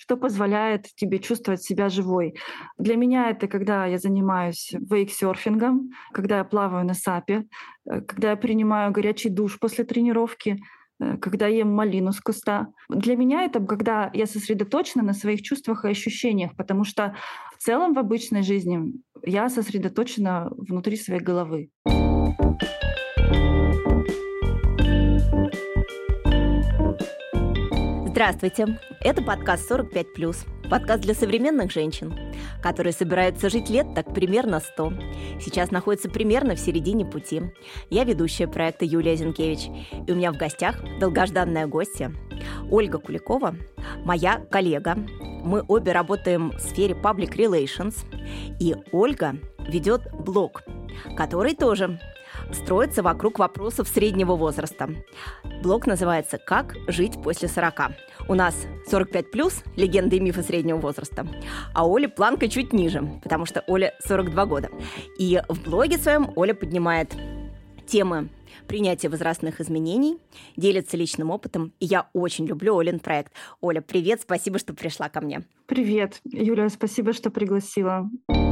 что позволяет тебе чувствовать себя живой. Для меня это когда я занимаюсь вейксерфингом, когда я плаваю на сапе, когда я принимаю горячий душ после тренировки, когда ем малину с куста. Для меня это когда я сосредоточена на своих чувствах и ощущениях, потому что в целом в обычной жизни я сосредоточена внутри своей головы. Здравствуйте! Это подкаст «45+,» подкаст для современных женщин, которые собираются жить лет так примерно 100. Сейчас находятся примерно в середине пути. Я ведущая проекта Юлия Зинкевич, и у меня в гостях долгожданная гостья Ольга Куликова, моя коллега. Мы обе работаем в сфере Public Relations, и Ольга ведет блог, который тоже строится вокруг вопросов среднего возраста. Блог называется «Как жить после 40». У нас 45+, легенды и мифы среднего возраста, а Оля планка чуть ниже, потому что Оля 42 года. И в блоге своем Оля поднимает темы принятия возрастных изменений, делится личным опытом, и я очень люблю Олин проект. Оля, привет, спасибо, что пришла ко мне. Привет, Юля, спасибо, что пригласила.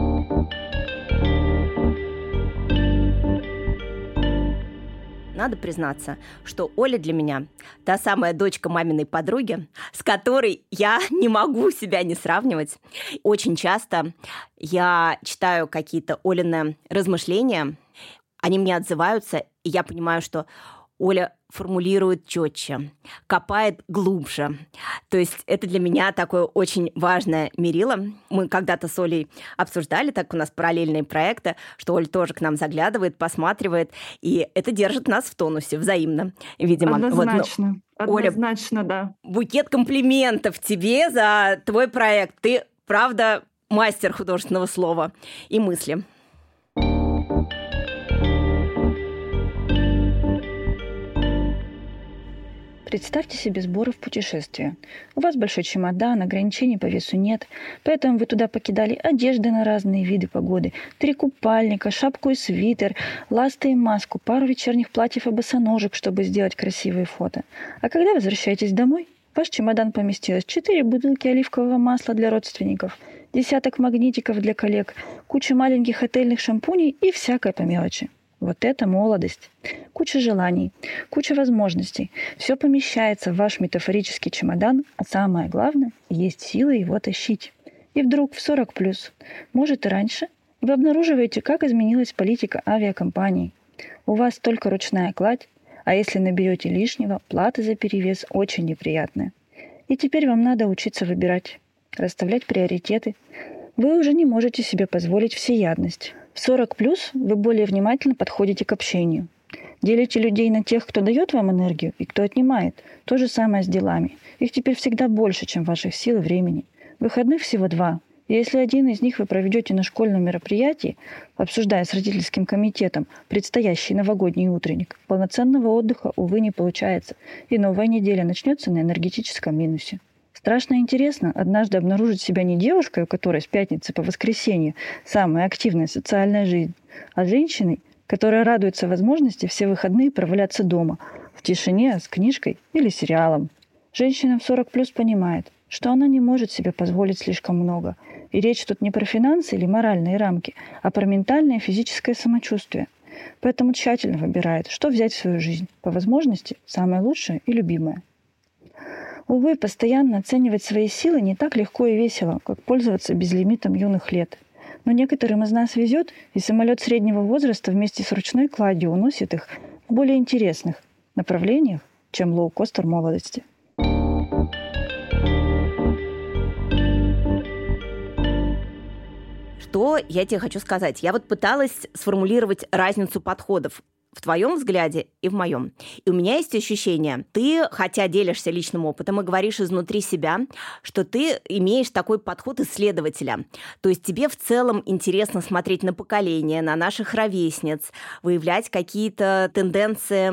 Надо признаться, что Оля для меня та самая дочка маминой подруги, с которой я не могу себя не сравнивать. Очень часто я читаю какие-то Олины размышления, они мне отзываются, и я понимаю, что Оля формулирует четче, копает глубже. То есть это для меня такое очень важное мерило. Мы когда-то с Олей обсуждали, так у нас параллельные проекты, что Оля тоже к нам заглядывает, посматривает, и это держит нас в тонусе взаимно, видимо. Однозначно. Оля, однозначно, да. Букет комплиментов тебе за твой проект. Ты, правда, мастер художественного слова и мысли. Представьте себе сборы в путешествие. У вас большой чемодан, ограничений по весу нет, поэтому вы туда покидали одежды на разные виды погоды, 3 купальника, шапку и свитер, ласты и маску, пару вечерних платьев и босоножек, чтобы сделать красивые фото. А когда возвращаетесь домой, в ваш чемодан поместилось 4 бутылки оливкового масла для родственников, десяток магнитиков для коллег, куча маленьких отельных шампуней и всякой по мелочи. Вот это молодость. Куча желаний, куча возможностей. Все помещается в ваш метафорический чемодан, а самое главное, есть силы его тащить. И вдруг в 40+, может и раньше, вы обнаруживаете, как изменилась политика авиакомпаний. У вас только ручная кладь, а если наберете лишнего, плата за перевес очень неприятная. И теперь вам надо учиться выбирать, расставлять приоритеты. Вы уже не можете себе позволить всеядность. В 40+ вы более внимательно подходите к общению. Делите людей на тех, кто дает вам энергию, и кто отнимает. То же самое с делами. Их теперь всегда больше, чем ваших сил и времени. Выходных всего 2. И если один из них вы проведете на школьном мероприятии, обсуждая с родительским комитетом предстоящий новогодний утренник, полноценного отдыха, увы, не получается. И новая неделя начнется на энергетическом минусе. Страшно интересно однажды обнаружить себя не девушкой, у которой с пятницы по воскресенье самая активная социальная жизнь, а женщиной, которая радуется возможности все выходные проваляться дома, в тишине, с книжкой или сериалом. Женщина в 40+ понимает, что она не может себе позволить слишком много. И речь тут не про финансы или моральные рамки, а про ментальное и физическое самочувствие. Поэтому тщательно выбирает, что взять в свою жизнь. По возможности самое лучшее и любимое. Увы, постоянно оценивать свои силы не так легко и весело, как пользоваться безлимитом юных лет. Но некоторым из нас везет, и самолет среднего возраста вместе с ручной кладью уносит их в более интересных направлениях, чем лоукостер молодости. Что я тебе хочу сказать? Я вот пыталась сформулировать разницу подходов в твоем взгляде и в моем. И у меня есть ощущение, ты, хотя делишься личным опытом и говоришь изнутри себя, что ты имеешь такой подход исследователя. То есть тебе в целом интересно смотреть на поколение, на наших ровесниц, выявлять какие-то тенденции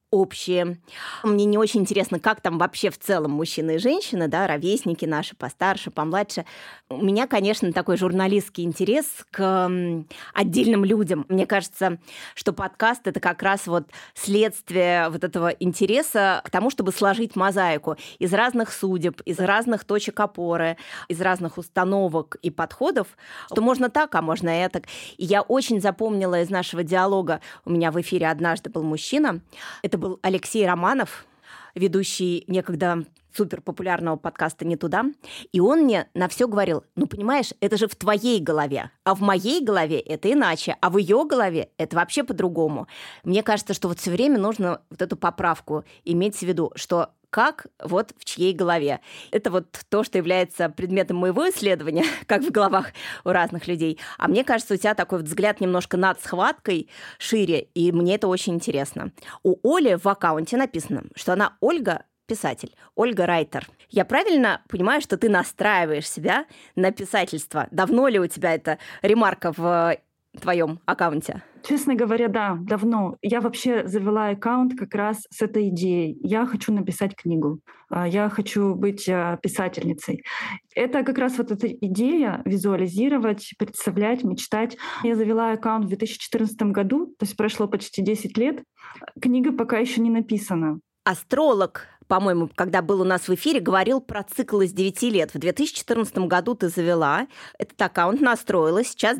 общие. Мне не очень интересно, как там вообще в целом мужчины и женщины, да, ровесники наши, постарше, помладше. У меня, конечно, такой журналистский интерес к отдельным людям. Мне кажется, что подкаст — это как раз вот следствие вот этого интереса к тому, чтобы сложить мозаику из разных судеб, из разных точек опоры, из разных установок и подходов, что можно так, а можно этак. И я очень запомнила из нашего диалога, у меня в эфире однажды был мужчина, это был Алексей Романов, ведущий некогда суперпопулярного подкаста «Не туда», и он мне на все говорил: ну, понимаешь, это же в твоей голове, а в моей голове это иначе, а в ее голове это вообще по-другому. Мне кажется, что вот все время нужно вот эту поправку иметь в виду, что как вот в чьей голове. Это вот то, что является предметом моего исследования, как в головах у разных людей. А мне кажется, у тебя такой вот взгляд немножко над схваткой шире, и мне это очень интересно. У Оли в аккаунте написано, что она Ольга писатель, Ольга Райтер. Я правильно понимаю, что ты настраиваешь себя на писательство? Давно ли у тебя эта ремарка в твоем аккаунте? Честно говоря, да, давно. Я вообще завела аккаунт как раз с этой идеей. Я хочу написать книгу. Я хочу быть писательницей. Это как раз вот эта идея визуализировать, представлять, мечтать. Я завела аккаунт в 2014 году, то есть прошло почти 10 лет. Книга пока еще не написана. Астролог, по-моему, когда был у нас в эфире, говорил про цикл из 9 лет. В 2014 году ты завела этот аккаунт, настроила. Сейчас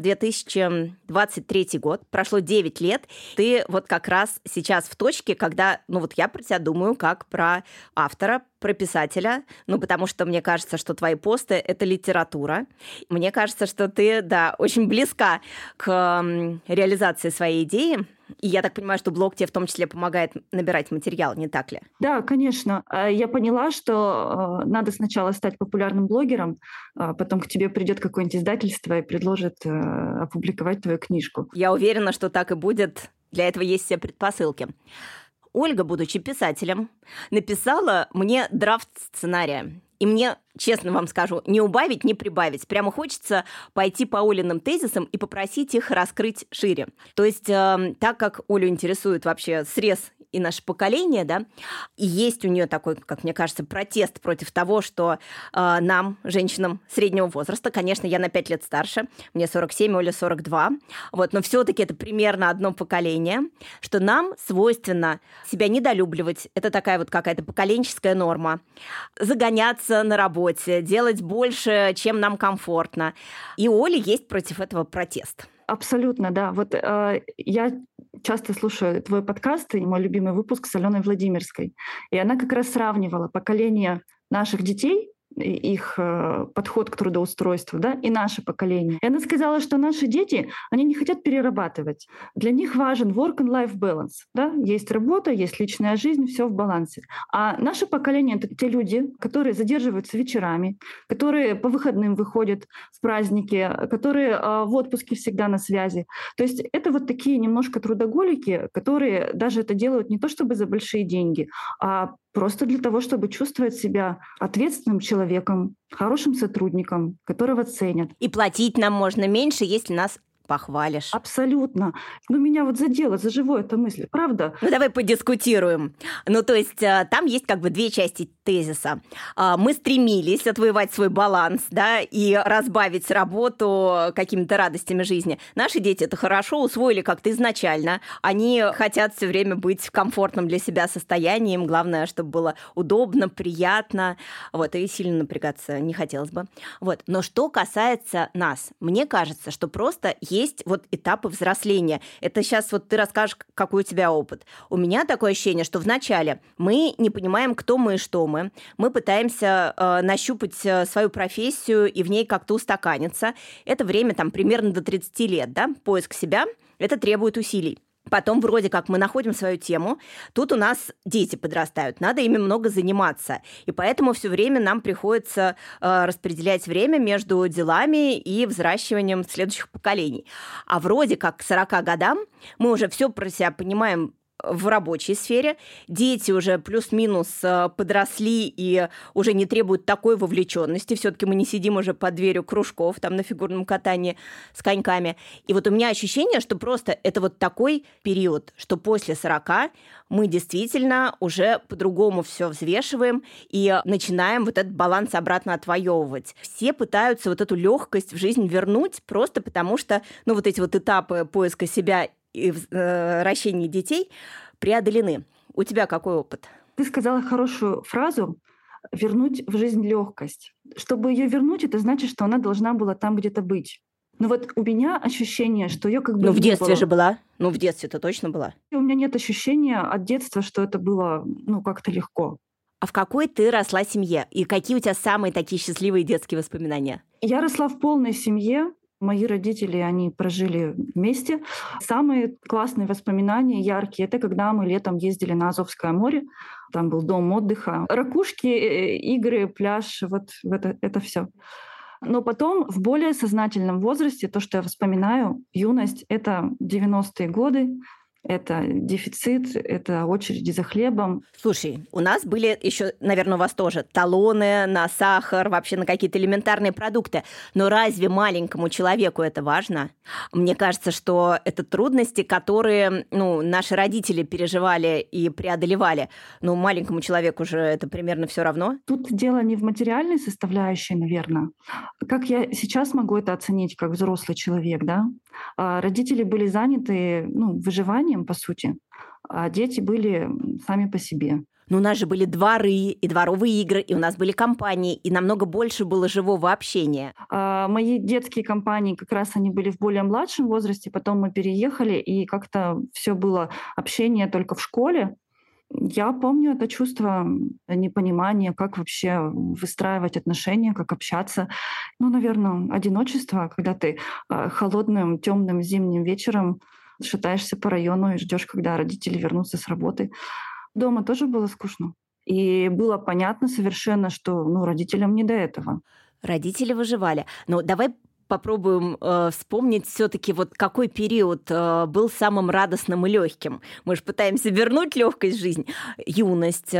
2023 год, прошло 9 лет. Ты вот как раз сейчас в точке, когда, ну вот я про тебя думаю как про автора, про писателя, ну, потому что мне кажется, что твои посты — это литература. Мне кажется, что ты, да, очень близка к реализации своей идеи. И я так понимаю, что блог тебе в том числе помогает набирать материал, не так ли? Да, конечно. Я поняла, что надо сначала стать популярным блогером, потом к тебе придет какое-нибудь издательство и предложит опубликовать твою книжку. Я уверена, что так и будет. Для этого есть все предпосылки. Ольга, будучи писателем, написала мне драфт сценария. И мне, честно вам скажу, не убавить, не прибавить. Прямо хочется пойти по Олиным тезисам и попросить их раскрыть шире. То есть, так как Олю интересует вообще срез и наше поколение, да, и есть у нее такой, как мне кажется, протест против того, что нам, женщинам среднего возраста, конечно, я на 5 лет старше, мне 47, Оля 42, вот, но все-таки это примерно одно поколение, что нам свойственно себя недолюбливать, это такая вот какая-то поколенческая норма, загоняться на работе, делать больше, чем нам комфортно. И у Оли есть против этого протест. Абсолютно, да. Вот я часто слушаю твой подкаст и мой любимый выпуск с Аленой Владимирской. И она как раз сравнивала поколение наших детей, их подход к трудоустройству, да, и наше поколение. И она сказала, что наши дети, они не хотят перерабатывать. Для них важен work and life balance. Да? Есть работа, есть личная жизнь, все в балансе. А наше поколение — это те люди, которые задерживаются вечерами, которые по выходным выходят в праздники, которые в отпуске всегда на связи. То есть это вот такие немножко трудоголики, которые даже это делают не то чтобы за большие деньги, а просто для того, чтобы чувствовать себя ответственным человеком, хорошим сотрудником, которого ценят. И платить нам можно меньше, если нас похвалишь. Абсолютно. Но меня вот задела за живое эта мысль, правда? Ну, давай подискутируем. Ну, то есть там есть как бы две части тезиса. Мы стремились отвоевать свой баланс, да, и разбавить работу какими-то радостями жизни. Наши дети это хорошо усвоили как-то изначально. Они хотят все время быть в комфортном для себя состоянии. Им главное, чтобы было удобно, приятно. Вот, и сильно напрягаться не хотелось бы. Вот. Но что касается нас, мне кажется, что просто есть вот этапы взросления. Это сейчас вот ты расскажешь, какой у тебя опыт. У меня такое ощущение, что вначале мы не понимаем, кто мы и что мы. Мы пытаемся нащупать свою профессию и в ней как-то устаканиться. Это время там примерно до 30 лет, да? Поиск себя, это требует усилий. Потом вроде как мы находим свою тему, тут у нас дети подрастают, надо ими много заниматься. И поэтому все время нам приходится распределять время между делами и взращиванием следующих поколений. А вроде как к 40 годам мы уже все про себя понимаем в рабочей сфере, дети уже плюс-минус подросли и уже не требуют такой вовлеченности. Все-таки мы не сидим уже под дверью кружков там на фигурном катании с коньками. И вот у меня ощущение, что просто это вот такой период, что после 40 мы действительно уже по-другому все взвешиваем и начинаем вот этот баланс обратно отвоевывать. Все пытаются вот эту легкость в жизнь вернуть просто потому, что вот эти вот этапы поиска себя и ращения детей преодолены. У тебя какой опыт? Ты сказала хорошую фразу «вернуть в жизнь легкость». Чтобы ее вернуть, это значит, что она должна была там где-то быть. Но вот у меня ощущение, что ее как бы в детстве было. же была. В детстве-то точно была. И у меня нет ощущения от детства, что это было как-то легко. А в какой ты росла семье? И какие у тебя самые такие счастливые детские воспоминания? Я росла в полной семье. Мои родители, они прожили вместе. Самые классные воспоминания, яркие, это когда мы летом ездили на Азовское море. Там был дом отдыха. Ракушки, игры, пляж, вот это все. Но потом в более сознательном возрасте, то, что я вспоминаю, юность — это 90-е годы, это дефицит, это очереди за хлебом. Слушай, у нас были еще, наверное, у вас тоже талоны на сахар, вообще на какие-то элементарные продукты. Но разве маленькому человеку это важно? Мне кажется, что это трудности, которые наши родители переживали и преодолевали. Но маленькому человеку же это примерно все равно. Тут дело не в материальной составляющей, наверное. Как я сейчас могу это оценить как взрослый человек, да? Родители были заняты выживанием, по сути, а дети были сами по себе. Но у нас же были дворы и дворовые игры, и у нас были компании, и намного больше было живого общения. Мои детские компании как раз они были в более младшем возрасте, потом мы переехали, и как-то все было общение только в школе. Я помню это чувство непонимания, как вообще выстраивать отношения, как общаться. Наверное, одиночество, когда ты холодным, темным зимним вечером шатаешься по району и ждешь, когда родители вернутся с работы. Дома тоже было скучно. И было понятно совершенно, что родителям не до этого. Родители выживали. Но давай попробуем вспомнить все-таки какой период был самым радостным и легким. Мы же пытаемся вернуть легкость в жизнь. Юность,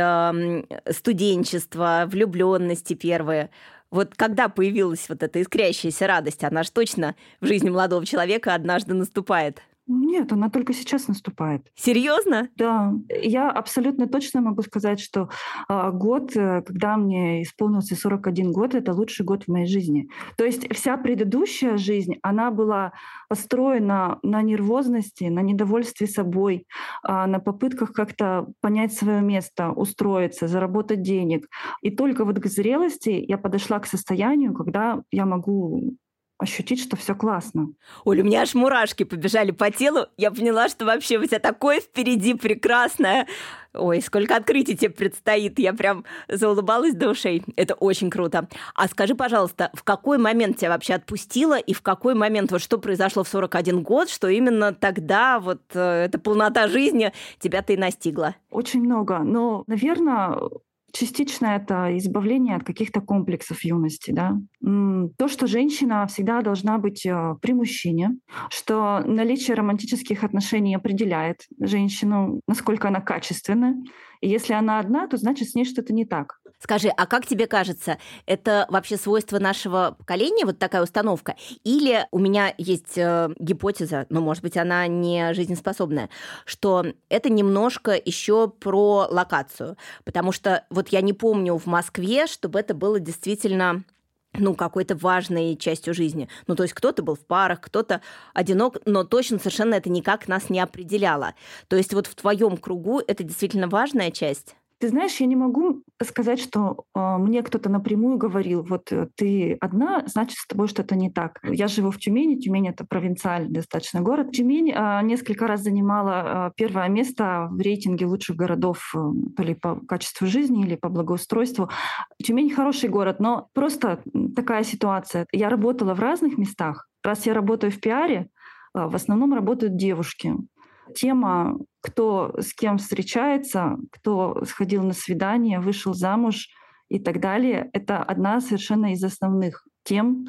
студенчество, влюбленности первые. Когда появилась эта искрящаяся радость, она же точно в жизни молодого человека однажды наступает. Нет, она только сейчас наступает. Серьезно? Да. Я абсолютно точно могу сказать, что год, когда мне исполнился 41 год, это лучший год в моей жизни. То есть вся предыдущая жизнь, она была построена на нервозности, на недовольстве собой, на попытках как-то понять свое место, устроиться, заработать денег. И только к зрелости я подошла к состоянию, когда я могу ощутить, что все классно. Оль, у меня аж мурашки побежали по телу. Я поняла, что вообще у тебя такое впереди прекрасное. Ой, сколько открытий тебе предстоит. Я прям заулыбалась до ушей. Это очень круто. А скажи, пожалуйста, в какой момент тебя вообще отпустило и в какой момент, что произошло в 41 год, что именно тогда эта полнота жизни тебя-то и настигла? Очень много. Но, наверное, частично это избавление от каких-то комплексов юности, да. То, что женщина всегда должна быть при мужчине, что наличие романтических отношений определяет женщину, насколько она качественна. И если она одна, то значит с ней что-то не так. Скажи, а как тебе кажется, это вообще свойство нашего поколения, такая установка? Или у меня есть гипотеза, но, может быть, она не жизнеспособная, что это немножко еще про локацию? Потому что я не помню в Москве, чтобы это было действительно какой-то важной частью жизни. То есть кто-то был в парах, кто-то одинок, но точно совершенно это никак нас не определяло. То есть в твоем кругу это действительно важная часть? Ты знаешь, я не могу сказать, что мне кто-то напрямую говорил, ты одна, значит, с тобой что-то не так. Я живу в Тюмени. Тюмень — это провинциальный достаточно город. Тюмень несколько раз занимала первое место в рейтинге лучших городов то ли по качеству жизни или по благоустройству. Тюмень — хороший город, но просто такая ситуация. Я работала в разных местах. Раз я работаю в пиаре, в основном работают девушки. Тема, кто с кем встречается, кто сходил на свидание, вышел замуж и так далее, это одна совершенно из основных тем.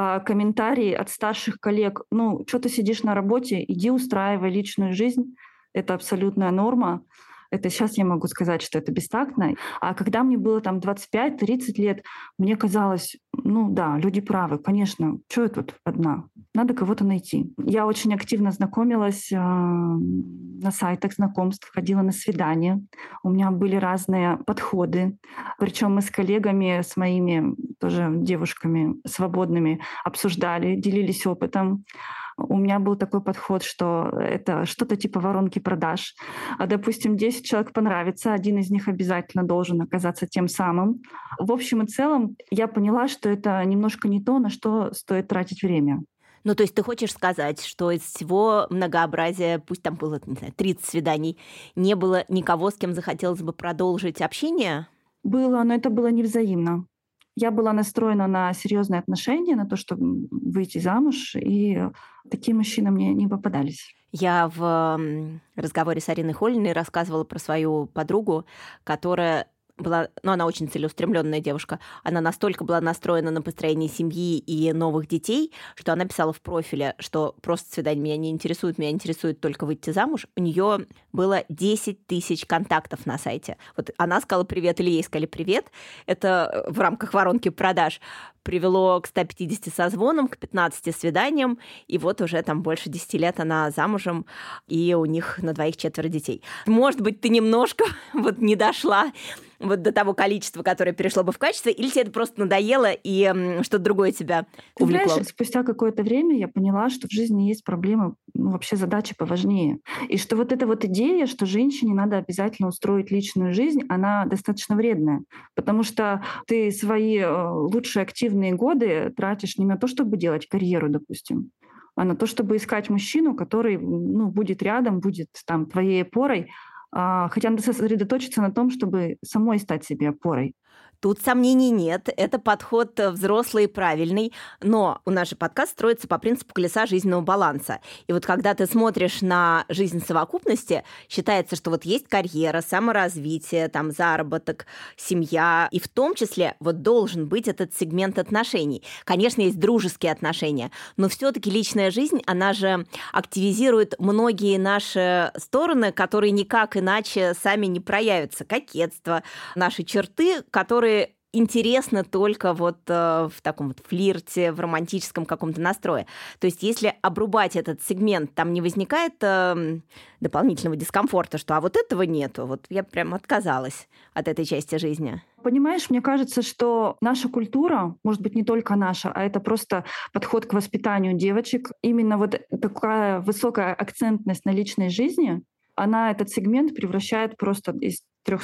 Комментарии от старших коллег: что ты сидишь на работе, иди устраивай личную жизнь. это абсолютная норма. Это сейчас я могу сказать, что это бестактно. А когда мне было там 25-30 лет, мне казалось, люди правы, конечно, что я тут одна? Надо кого-то найти. Я очень активно знакомилась на сайтах знакомств, ходила на свидания. У меня были разные подходы. Причем мы с коллегами, с моими тоже девушками свободными обсуждали, делились опытом. У меня был такой подход, что это что-то типа воронки продаж. Допустим, 10 человек понравится, один из них обязательно должен оказаться тем самым. В общем и целом я поняла, что это немножко не то, на что стоит тратить время. То есть ты хочешь сказать, что из всего многообразия, пусть там было, 30 свиданий, не было никого, с кем захотелось бы продолжить общение? Было, но это было невзаимно. Я была настроена на серьезные отношения, на то, чтобы выйти замуж, и такие мужчины мне не попадались. Я в разговоре с Ариной Холиной рассказывала про свою подругу, которая была, она очень целеустремленная девушка, она настолько была настроена на построение семьи и новых детей, что она писала в профиле, что просто свидание меня интересует только выйти замуж. У нее было 10 тысяч контактов на сайте. Вот она сказала привет, или ей сказали привет. Это в рамках воронки продаж привело к 150 созвонам, к 15 свиданиям, и вот уже там больше 10 лет она замужем, и у них на двоих 4 детей. Может быть, ты немножко не дошла до того количества, которое перешло бы в качество, или тебе это просто надоело, и что-то другое тебя увлекло? Ты знаешь, спустя какое-то время я поняла, что в жизни есть проблемы, вообще задачи поважнее. И что эта идея, что женщине надо обязательно устроить личную жизнь, она достаточно вредная. Потому что ты свои лучшие активные годы тратишь не на то, чтобы делать карьеру, допустим, а на то, чтобы искать мужчину, который будет рядом, будет там твоей опорой, хотя надо сосредоточиться на том, чтобы самой стать себе опорой. Тут сомнений нет, это подход взрослый и правильный, но у нас же подкаст строится по принципу колеса жизненного баланса. И вот когда ты смотришь на жизнь в совокупности, считается, что есть карьера, саморазвитие, там заработок, семья, и в том числе должен быть этот сегмент отношений. Конечно, есть дружеские отношения, но все-таки личная жизнь, она же активизирует многие наши стороны, которые никак иначе сами не проявятся. Кокетство, наши черты, которые интересно только в таком флирте, в романтическом каком-то настрое. То есть если обрубать этот сегмент, там не возникает дополнительного дискомфорта, что этого нету. Я прям отказалась от этой части жизни. Понимаешь, мне кажется, что наша культура, может быть, не только наша, а это просто подход к воспитанию девочек, именно такая высокая акцентность на личной жизни, она этот сегмент превращает просто из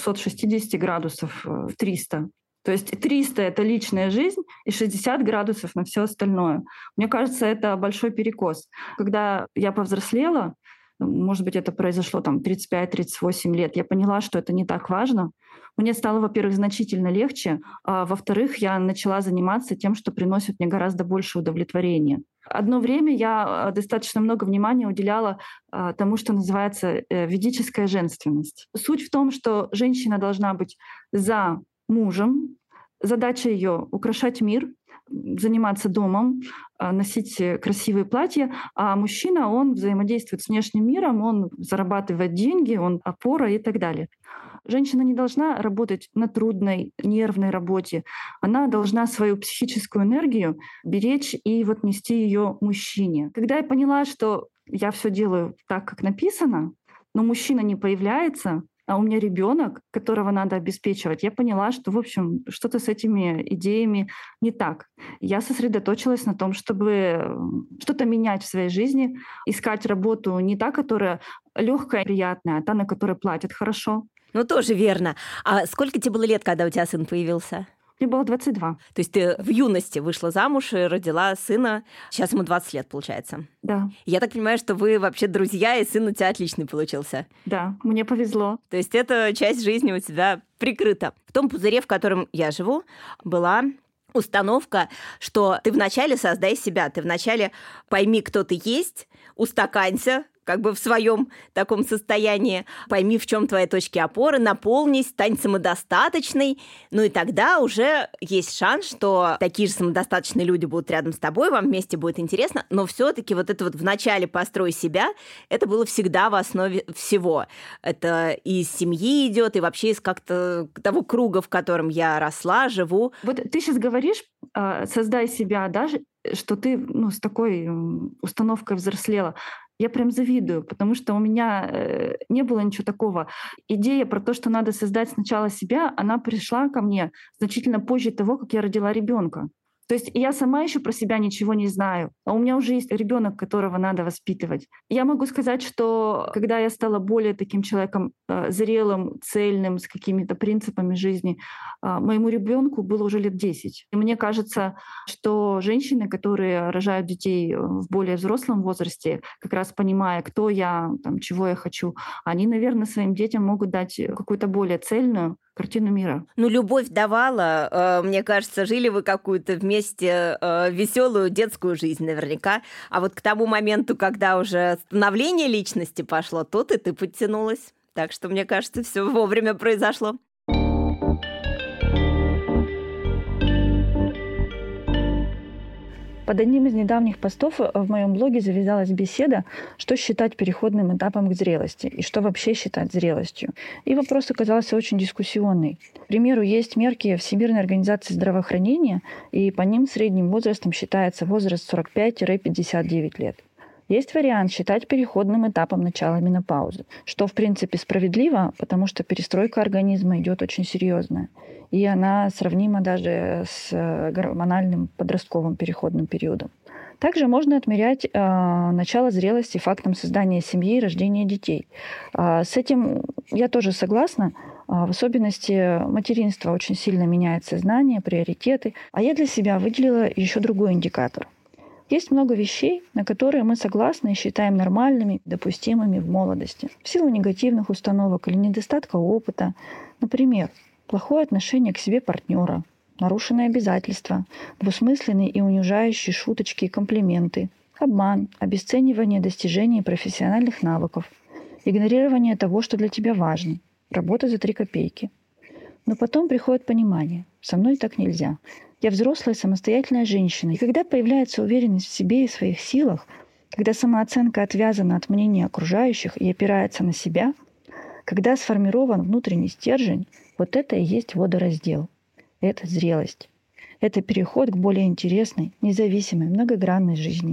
360 градусов в 300. То есть 300 — это личная жизнь, и 60 градусов на все остальное. Мне кажется, это большой перекос. Когда я повзрослела, может быть, это произошло 35-38 лет, я поняла, что это не так важно. Мне стало, во-первых, значительно легче, а во-вторых, я начала заниматься тем, что приносит мне гораздо больше удовлетворения. Одно время я достаточно много внимания уделяла тому, что называется ведическая женственность. Суть в том, что женщина должна быть за мужем, задача ее украшать мир, заниматься домом, носить красивые платья, а мужчина, он взаимодействует с внешним миром, он зарабатывает деньги, он опора и так далее. Женщина не должна работать на трудной, нервной работе. Она должна свою психическую энергию беречь и нести ее мужчине. Когда я поняла, что я все делаю так, как написано, но мужчина не появляется, а у меня ребенок, которого надо обеспечивать, я поняла, что, в общем, что-то с этими идеями не так. Я сосредоточилась на том, чтобы что-то менять в своей жизни, искать работу не та, которая легкая, приятная, а та, на которой платят хорошо. Тоже верно. А сколько тебе было лет, когда у тебя сын появился? Мне было 22. То есть ты в юности вышла замуж и родила сына. Сейчас ему 20 лет, получается. Да. Я так понимаю, что вы вообще друзья, и сын у тебя отличный получился. Да, мне повезло. То есть эта часть жизни у тебя прикрыта. В том пузыре, в котором я живу, была установка, что ты вначале создай себя, ты вначале пойми, кто ты есть, устаканься, как бы в своем таком состоянии. Пойми, в чем твои точки опоры, наполнись, стань самодостаточной. Ну и тогда уже есть шанс, что такие же самодостаточные люди будут рядом с тобой, вам вместе будет интересно, но все-таки вот это вот в начале «построй себя» это было всегда в основе всего. Это и из семьи идет, и вообще из как-то того круга, в котором я росла, живу. Вот ты сейчас говоришь, создай себя, да, что ты с такой установкой взрослела. Я прям завидую, потому что у меня не было ничего такого. Идея про то, что надо создать сначала себя, она пришла ко мне значительно позже того, как я родила ребенка. То есть я сама еще про себя ничего не знаю, а у меня уже есть ребенок, которого надо воспитывать. Я могу сказать, что когда я стала более таким человеком зрелым, цельным, с какими-то принципами жизни, моему ребенку было уже лет 10. И мне кажется, что женщины, которые рожают детей в более взрослом возрасте, как раз понимая, кто я, чего я хочу, они, наверное, своим детям могут дать какую-то более цельную картину мира. Ну, любовь давала. Мне кажется, жили вы какую-то вместе веселую детскую жизнь наверняка. А вот к тому моменту, когда уже становление личности пошло, тут и ты подтянулась. Так что, мне кажется, все вовремя произошло. Под одним из недавних постов в моем блоге завязалась беседа, что считать переходным этапом к зрелости и что вообще считать зрелостью. И вопрос оказался очень дискуссионный. К примеру, есть мерки Всемирной организации здравоохранения, и по ним средним возрастом считается возраст 45-59 лет. Есть вариант считать переходным этапом начала менопаузы, что в принципе справедливо, потому что перестройка организма идет очень серьезная. И она сравнима даже с гормональным подростковым переходным периодом. Также можно отмерять начало зрелости фактом создания семьи и рождения детей. С этим я тоже согласна. В особенности материнство очень сильно меняет сознание, приоритеты. А я для себя выделила еще другой индикатор. Есть много вещей, на которые мы согласны и считаем нормальными, допустимыми в молодости. В силу негативных установок или недостатка опыта. Например, плохое отношение к себе партнера, нарушенные обязательства, двусмысленные и унижающие шуточки и комплименты, обман, обесценивание достижений профессиональных навыков, игнорирование того, что для тебя важно, работа за 3 копейки. Но потом приходит понимание. Со мной так нельзя. Я взрослая самостоятельная женщина. И когда появляется уверенность в себе и своих силах, когда самооценка отвязана от мнения окружающих и опирается на себя, когда сформирован внутренний стержень, вот это и есть водораздел. Это зрелость. Это переход к более интересной, независимой, многогранной жизни.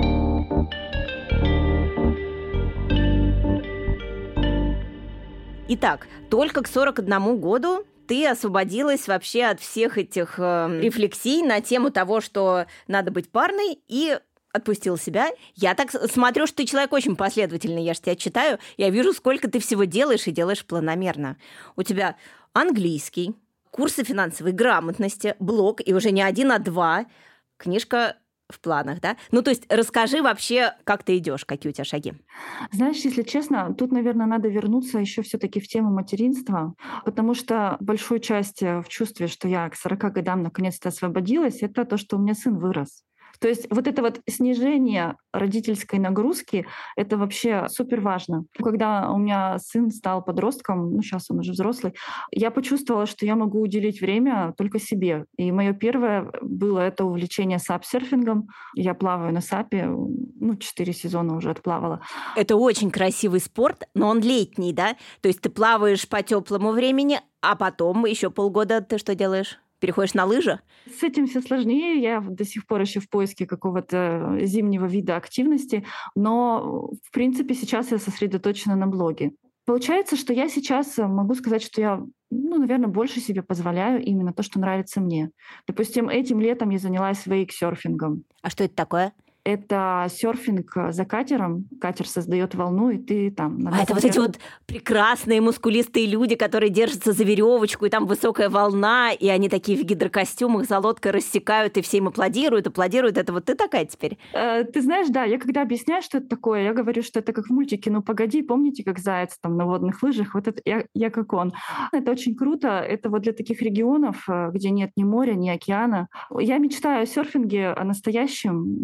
Итак, только к 41 году ты освободилась вообще от всех этих рефлексий на тему того, что надо быть парной, и отпустила себя. Я так смотрю, что ты человек очень последовательный, я же тебя читаю, я вижу, сколько ты всего делаешь и делаешь планомерно. У тебя английский, курсы финансовой грамотности, блог, и уже не 1, а 2, книжка в планах, да? Ну, то есть расскажи вообще, как ты идешь, какие у тебя шаги. Знаешь, если честно, тут, наверное, надо вернуться еще все-таки в тему материнства, потому что большую часть в чувстве, что я к 40 годам наконец-то освободилась, это то, что у меня сын вырос. То есть вот это вот снижение родительской нагрузки, это вообще супер важно. Когда у меня сын стал подростком, сейчас он уже взрослый, я почувствовала, что я могу уделить время только себе. И мое первое было это увлечение сап-серфингом. Я плаваю на сапе, 4 сезона уже отплавала. Это очень красивый спорт, но он летний, да? То есть ты плаваешь по теплому времени, а потом еще полгода ты что делаешь? Переходишь на лыжи? С этим все сложнее. Я до сих пор еще в поиске какого-то зимнего вида активности, но, в принципе, сейчас я сосредоточена на блоге. Получается, что я сейчас могу сказать, что я, наверное, больше себе позволяю именно то, что нравится мне. Допустим, этим летом я занялась вейксерфингом. А что это такое? Это серфинг за катером. Катер создает волну, и ты там... это вот эти вот прекрасные мускулистые люди, которые держатся за веревочку, и там высокая волна, и они такие в гидрокостюмах за лодкой рассекают, и все им аплодируют. Это вот ты такая теперь? Ты знаешь, да, я когда объясняю, что это такое, я говорю, что это как в мультике «Ну, погоди», помните, как заяц там на водных лыжах? Вот это я как он. Это очень круто. Это вот для таких регионов, где нет ни моря, ни океана. Я мечтаю о серфинге, о настоящем, на волнах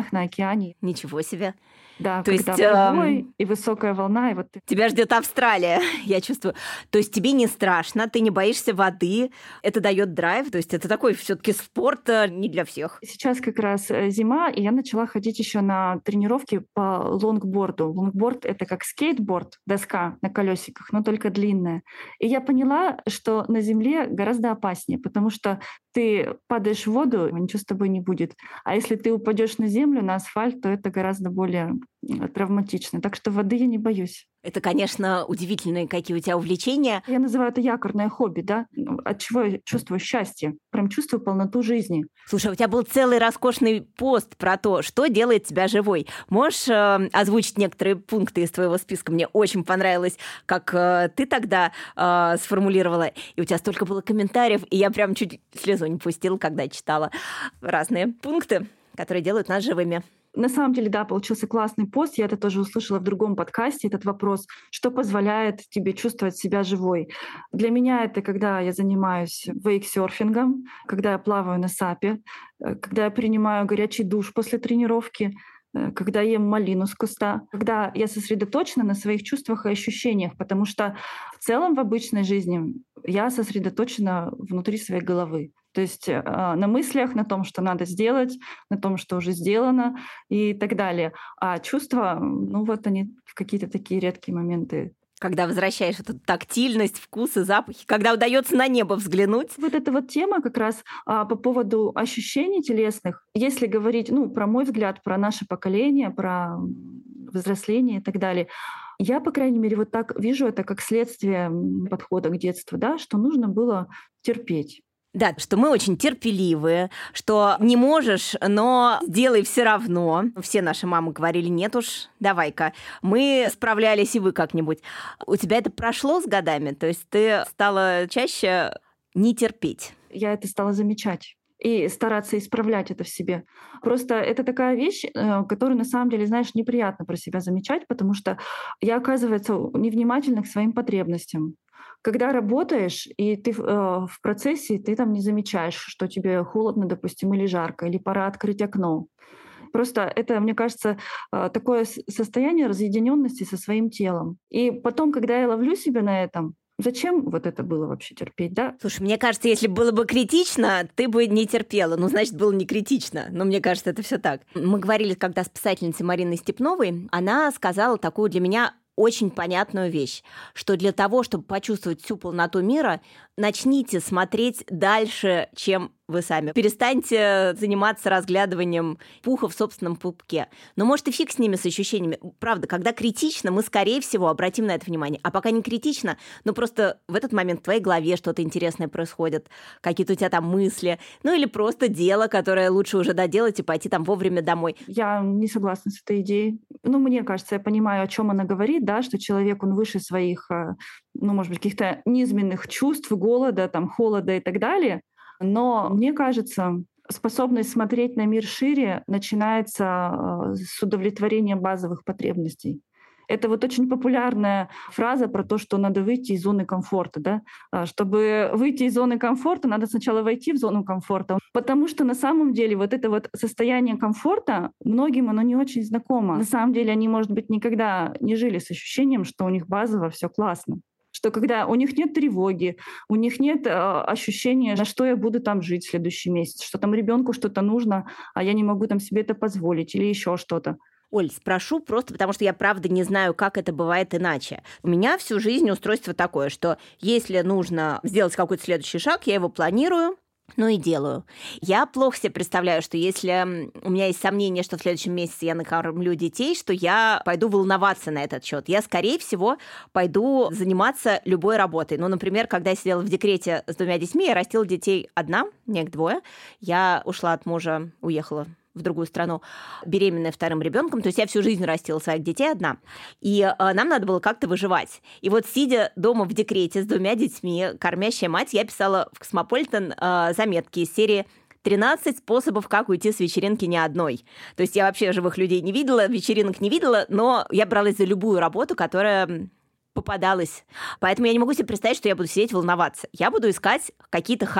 Канарах на океане. Ничего себе. Да, То когда есть, прибой и высокая волна, и вот ты... Тебя ждет Австралия, я чувствую. То есть тебе не страшно, ты не боишься воды, это дает драйв, то есть это такой все-таки спорт не для всех. Сейчас как раз зима, и я начала ходить еще на тренировки по лонгборду. Лонгборд — это как скейтборд, доска на колесиках, но только длинная. И я поняла, что на земле гораздо опаснее, потому что ты падаешь в воду, ничего с тобой не будет. А если ты упадешь на землю, на асфальт, то это гораздо более травматично. Так что воды я не боюсь. Это, конечно, удивительные какие у тебя увлечения. Я называю это якорное хобби, да? От чего я чувствую счастье. Прям чувствую полноту жизни. Слушай, у тебя был целый роскошный пост про то, что делает тебя живой. Можешь озвучить некоторые пункты из твоего списка? Мне очень понравилось, как ты тогда сформулировала. И у тебя столько было комментариев, и я прям чуть слезу не пустила, когда читала разные пункты, которые делают нас живыми. На самом деле, да, получился классный пост. Я это тоже услышала в другом подкасте, этот вопрос, что позволяет тебе чувствовать себя живой. Для меня это когда я занимаюсь вейксерфингом, когда я плаваю на сапе, когда я принимаю горячий душ после тренировки, когда ем малину с куста, когда я сосредоточена на своих чувствах и ощущениях, потому что в целом в обычной жизни я сосредоточена внутри своей головы. То есть на мыслях, на том, что надо сделать, на том, что уже сделано и так далее. А чувства, ну вот они в какие-то такие редкие моменты. Когда возвращаешь эту тактильность, вкусы, запахи, когда удается на небо взглянуть. Вот эта вот тема как раз по поводу ощущений телесных. Если говорить, про мой взгляд, про наше поколение, про взросление и так далее, я, по крайней мере, вот так вижу это как следствие подхода к детству, да, что нужно было терпеть. Да, что мы очень терпеливые, что не можешь, но сделай все равно. Все наши мамы говорили, нет уж, давай-ка, мы справлялись, и вы как-нибудь. У тебя это прошло с годами? То есть ты стала чаще не терпеть? Я это стала замечать и стараться исправлять это в себе. Просто это такая вещь, которую на самом деле, знаешь, неприятно про себя замечать, потому что я, оказывается, невнимательна к своим потребностям. Когда работаешь, и ты в процессе, ты там не замечаешь, что тебе холодно, допустим, или жарко, или пора открыть окно. Просто это, мне кажется, такое состояние разъединенности со своим телом. И потом, когда я ловлю себя на этом, зачем вот это было вообще терпеть, да? Слушай, мне кажется, если было бы критично, ты бы не терпела. Ну, значит, было не критично. Но мне кажется, это все так. Мы говорили когда с писательницей Мариной Степновой. Она сказала такую для меня очень понятную вещь, что для того, чтобы почувствовать всю полноту мира, начните смотреть дальше, чем вы сами. Перестаньте заниматься разглядыванием пуха в собственном пупке. Но, может, и фиг с ними, с ощущениями. Правда, когда критично, мы, скорее всего, обратим на это внимание. А пока не критично, просто в этот момент в твоей голове что-то интересное происходит, какие-то у тебя там мысли, или просто дело, которое лучше уже доделать и пойти там вовремя домой. Я не согласна с этой идеей. Мне кажется, я понимаю, о чем она говорит, да, что человек, он выше своих, может быть, каких-то низменных чувств, голода, там, холода и так далее. Но мне кажется, способность смотреть на мир шире начинается с удовлетворения базовых потребностей. Это вот очень популярная фраза про то, что надо выйти из зоны комфорта. Да? Чтобы выйти из зоны комфорта, надо сначала войти в зону комфорта. Потому что на самом деле вот это вот состояние комфорта, многим оно не очень знакомо. На самом деле они, может быть, никогда не жили с ощущением, что у них базово все классно. Что когда у них нет тревоги, у них нет ощущения, на что я буду там жить в следующий месяц, что там ребенку что-то нужно, а я не могу там себе это позволить или еще что-то. Оль, спрошу просто, потому что я правда не знаю, как это бывает иначе. У меня всю жизнь устройство такое, что если нужно сделать какой-то следующий шаг, я его планирую, и делаю. Я плохо себе представляю, что если у меня есть сомнение, что в следующем месяце я накормлю детей, что я пойду волноваться на этот счет. Я, скорее всего, пойду заниматься любой работой. Например, когда я сидела в декрете с 2 детьми, я растила детей одна, нет, 2. Я ушла от мужа, уехала в другую страну, беременная 2-м ребенком. То есть я всю жизнь растила своих детей одна. И нам надо было как-то выживать. И вот сидя дома в декрете с 2 детьми, кормящая мать, я писала в Космополитен заметки из серии «13 способов, как уйти с вечеринки не одной». То есть я вообще живых людей не видела, вечеринок не видела, но я бралась за любую работу, которая попадалась. Поэтому я не могу себе представить, что я буду сидеть волноваться. Я буду искать какие-то ходы.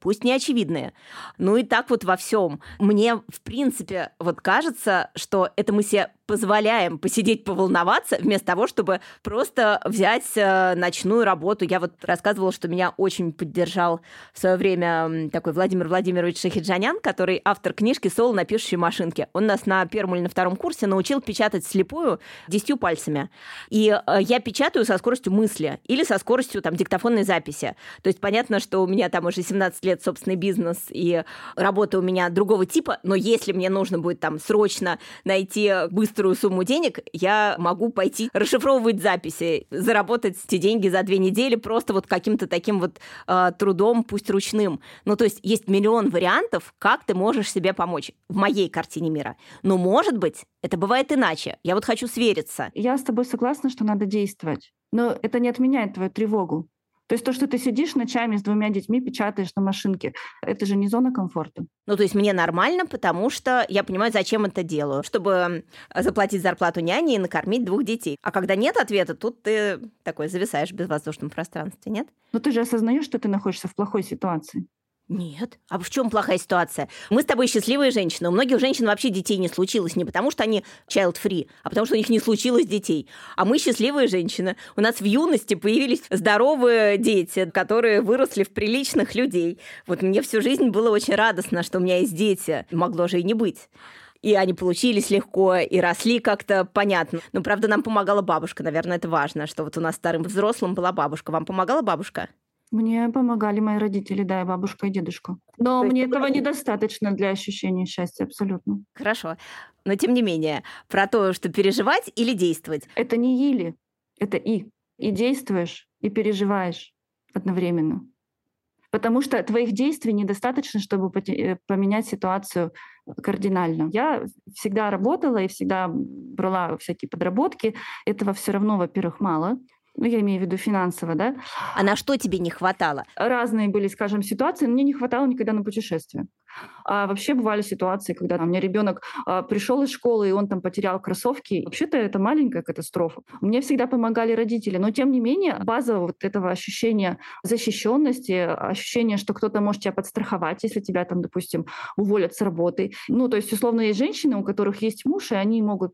пусть не очевидные. Ну и так вот во всем. Мне, в принципе, вот кажется, что это мы себе позволяем посидеть, поволноваться, вместо того, чтобы просто взять ночную работу. Я вот рассказывала, что меня очень поддержал в свое время такой Владимир Владимирович Шахиджанян, который автор книжки «Соло на пишущей машинке». Он нас на первом или на втором курсе научил печатать вслепую 10 пальцами. И я печатаю со скоростью мысли или со скоростью там, диктофонной записи. То есть понятно, что у меня там уже 17 лет собственный бизнес, и работа у меня другого типа, но если мне нужно будет там срочно найти быструю сумму денег, я могу пойти расшифровывать записи, заработать эти деньги за 2 недели просто вот каким-то таким вот трудом, пусть ручным. Ну, то есть есть миллион вариантов, как ты можешь себе помочь в моей картине мира. Но, может быть, это бывает иначе. Я вот хочу свериться. Я с тобой согласна, что надо действовать, но это не отменяет твою тревогу. То есть то, что ты сидишь ночами с 2 детьми, печатаешь на машинке, это же не зона комфорта. Ну, то есть мне нормально, потому что я понимаю, зачем это делаю. Чтобы заплатить зарплату няне и накормить 2 детей. А когда нет ответа, тут ты такой зависаешь в безвоздушном пространстве, нет? Но ты же осознаешь, что ты находишься в плохой ситуации. Нет. А в чем плохая ситуация? Мы с тобой счастливые женщины. У многих женщин вообще детей не случилось. Не потому, что они child-free, а потому, что у них не случилось детей. А мы счастливые женщины. У нас в юности появились здоровые дети, которые выросли в приличных людей. Вот мне всю жизнь было очень радостно, что у меня есть дети. Могло же и не быть. И они получились легко, и росли как-то понятно. Но, правда, нам помогала бабушка. Наверное, это важно, что вот у нас старым взрослым была бабушка. Вам помогала бабушка? Мне помогали мои родители, да, и бабушка, и дедушка. Но мне этого недостаточно для ощущения счастья, абсолютно. Хорошо. Но, тем не менее, про то, что переживать или действовать. Это не или, это и. И действуешь, и переживаешь одновременно. Потому что твоих действий недостаточно, чтобы поменять ситуацию кардинально. Я всегда работала и всегда брала всякие подработки. Этого все равно, во-первых, мало. Ну, я имею в виду финансово, да. А на что тебе не хватало? Разные были, скажем, ситуации, но мне не хватало никогда на путешествия. А вообще бывали ситуации, когда у меня ребенок пришел из школы, и он там потерял кроссовки. Вообще-то это маленькая катастрофа. Мне всегда помогали родители, но тем не менее база вот этого ощущения защищенности, ощущения, что кто-то может тебя подстраховать, если тебя там, допустим, уволят с работы. Ну, то есть, условно, есть женщины, у которых есть муж, и они могут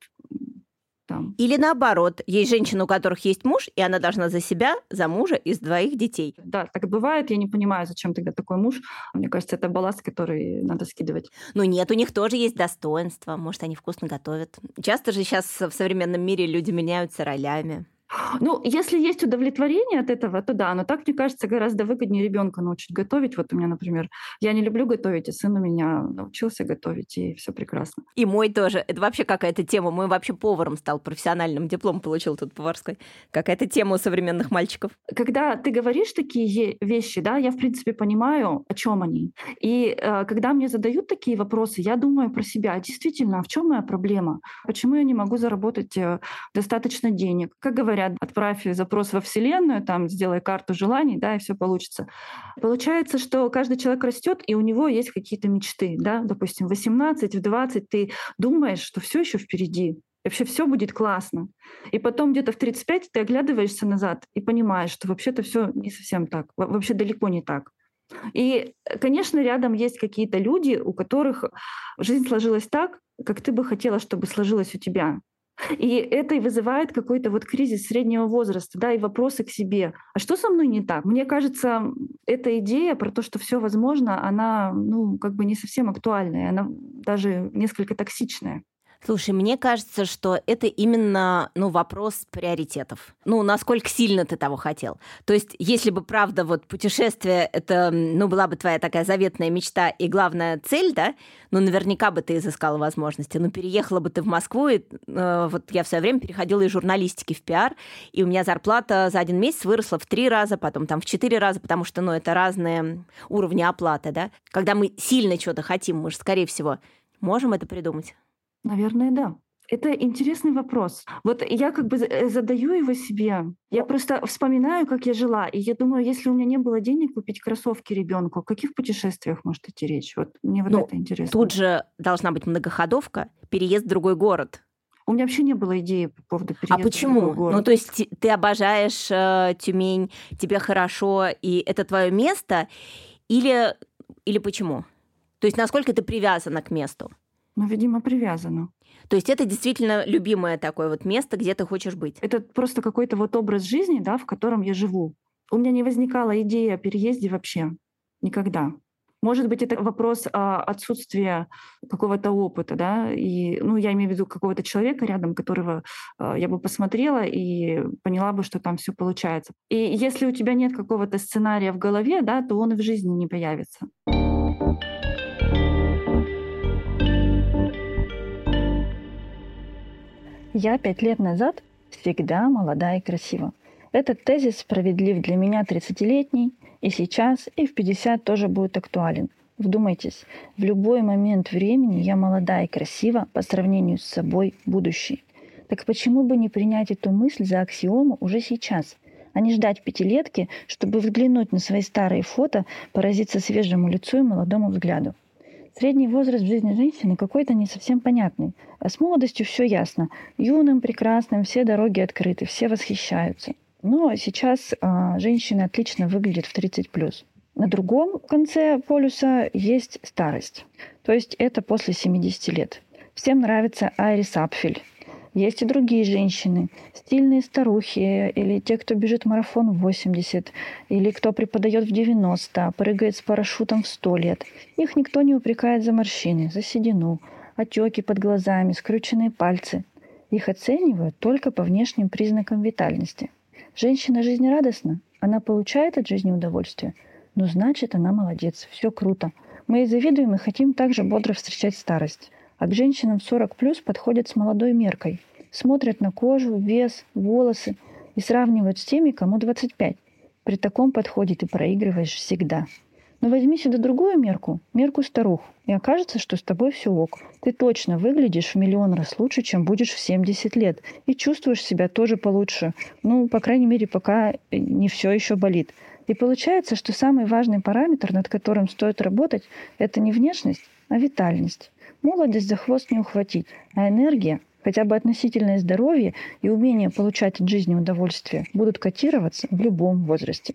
там. Или наоборот, есть женщина, у которых есть муж, и она должна за себя, за мужа и с 2 детей. Да, так бывает. Я не понимаю, зачем тогда такой муж. Мне кажется, это балласт, который надо скидывать. Ну нет, у них тоже есть достоинства. Может, они вкусно готовят. Часто же сейчас в современном мире люди меняются ролями. Ну, если есть удовлетворение от этого, то да. Но так, мне кажется, гораздо выгоднее ребенка научить готовить. Вот у меня, например, я не люблю готовить, а сын у меня научился готовить, и все прекрасно. И мой тоже. Это вообще какая-то тема. Мой вообще поваром стал профессиональным. Диплом получил тут поварской. Какая-то тема у современных мальчиков. Когда ты говоришь такие вещи, да, я, в принципе, понимаю, о чем они. И когда мне задают такие вопросы, я думаю про себя. Действительно, а в чем моя проблема? Почему я не могу заработать достаточно денег? Как говорят, отправь запрос во Вселенную, там, сделай карту желаний, да, и все получится. Получается, что каждый человек растет, и у него есть какие-то мечты, да, допустим, в 18, в 20 ты думаешь, что все еще впереди, вообще все будет классно. И потом где-то в 35 ты оглядываешься назад и понимаешь, что вообще-то все не совсем так, вообще далеко не так. И, конечно, рядом есть какие-то люди, у которых жизнь сложилась так, как ты бы хотела, чтобы сложилась у тебя. И это и вызывает какой-то вот кризис среднего возраста, да, и вопросы к себе. А что со мной не так? Мне кажется, эта идея про то, что все возможно, она, ну, как бы не совсем актуальная, она даже несколько токсичная. Слушай, мне кажется, что это именно, вопрос приоритетов. Насколько сильно ты того хотел. То есть, если бы, правда, вот путешествие, это, была бы твоя такая заветная мечта и главная цель, да, наверняка бы ты изыскала возможности. Переехала бы ты в Москву, и вот я в свое время переходила из журналистики в пиар, и у меня зарплата за 1 месяц выросла в 3 раза, потом там в 4 раза, потому что, это разные уровни оплаты, да. Когда мы сильно чего-то хотим, мы же, скорее всего, можем это придумать. Наверное, да. Это интересный вопрос. Вот я как бы задаю его себе. Я просто вспоминаю, как я жила. И я думаю, если у меня не было денег купить кроссовки ребенку, о каких путешествиях может идти речь? Вот мне это интересно. Тут же должна быть многоходовка, переезд в другой город. У меня вообще не было идеи по поводу переезда в другой город. почему? То есть ты обожаешь Тюмень, тебе хорошо, и это твое место? Или или почему? То есть насколько ты привязана к месту? Ну, видимо, привязана. То есть это действительно любимое такое вот место, где ты хочешь быть? Это просто какой-то вот образ жизни, да, в котором я живу. У меня не возникала идея о переезде вообще. Никогда. Может быть, это вопрос отсутствия какого-то опыта, да, и, ну, я имею в виду какого-то человека рядом, которого я бы посмотрела и поняла бы, что там все получается. И если у тебя нет какого-то сценария в голове, да, то он и в жизни не появится. Я 5 лет назад всегда молода и красива. Этот тезис справедлив для меня 30-летней, и сейчас, и в 50 тоже будет актуален. Вдумайтесь, в любой момент времени я молода и красива по сравнению с собой будущей. Так почему бы не принять эту мысль за аксиому уже сейчас, а не ждать пятилетки, чтобы взглянуть на свои старые фото, поразиться свежему лицу и молодому взгляду? Средний возраст в жизни женщины какой-то не совсем понятный. А с молодостью все ясно. Юным, прекрасным, все дороги открыты, все восхищаются. Но сейчас женщины отлично выглядят в 30+. На другом конце полюса есть старость. То есть это после 70 лет. Всем нравится Айрис Апфель. Есть и другие женщины, стильные старухи, или те, кто бежит марафон в 80, или кто преподает в 90, прыгает с парашютом в 100 лет. Их никто не упрекает за морщины, за седину, отеки под глазами, скрюченные пальцы. Их оценивают только по внешним признакам витальности. Женщина жизнерадостна, она получает от жизни удовольствие, но значит, она молодец, все круто. Мы ей завидуем и хотим также бодро встречать старость. А к женщинам 40+ подходят с молодой меркой. Смотрят на кожу, вес, волосы и сравнивают с теми, кому 25. При таком подходе ты проигрываешь всегда. Но возьми сюда другую мерку, мерку старух, и окажется, что с тобой все ок. Ты точно выглядишь в миллион раз лучше, чем будешь в 70 лет. И чувствуешь себя тоже получше. Ну, по крайней мере, пока не все еще болит. И получается, что самый важный параметр, над которым стоит работать, это не внешность, а витальность. Молодость за хвост не ухватить, а энергия, хотя бы относительное здоровье и умение получать от жизни удовольствие будут котироваться в любом возрасте.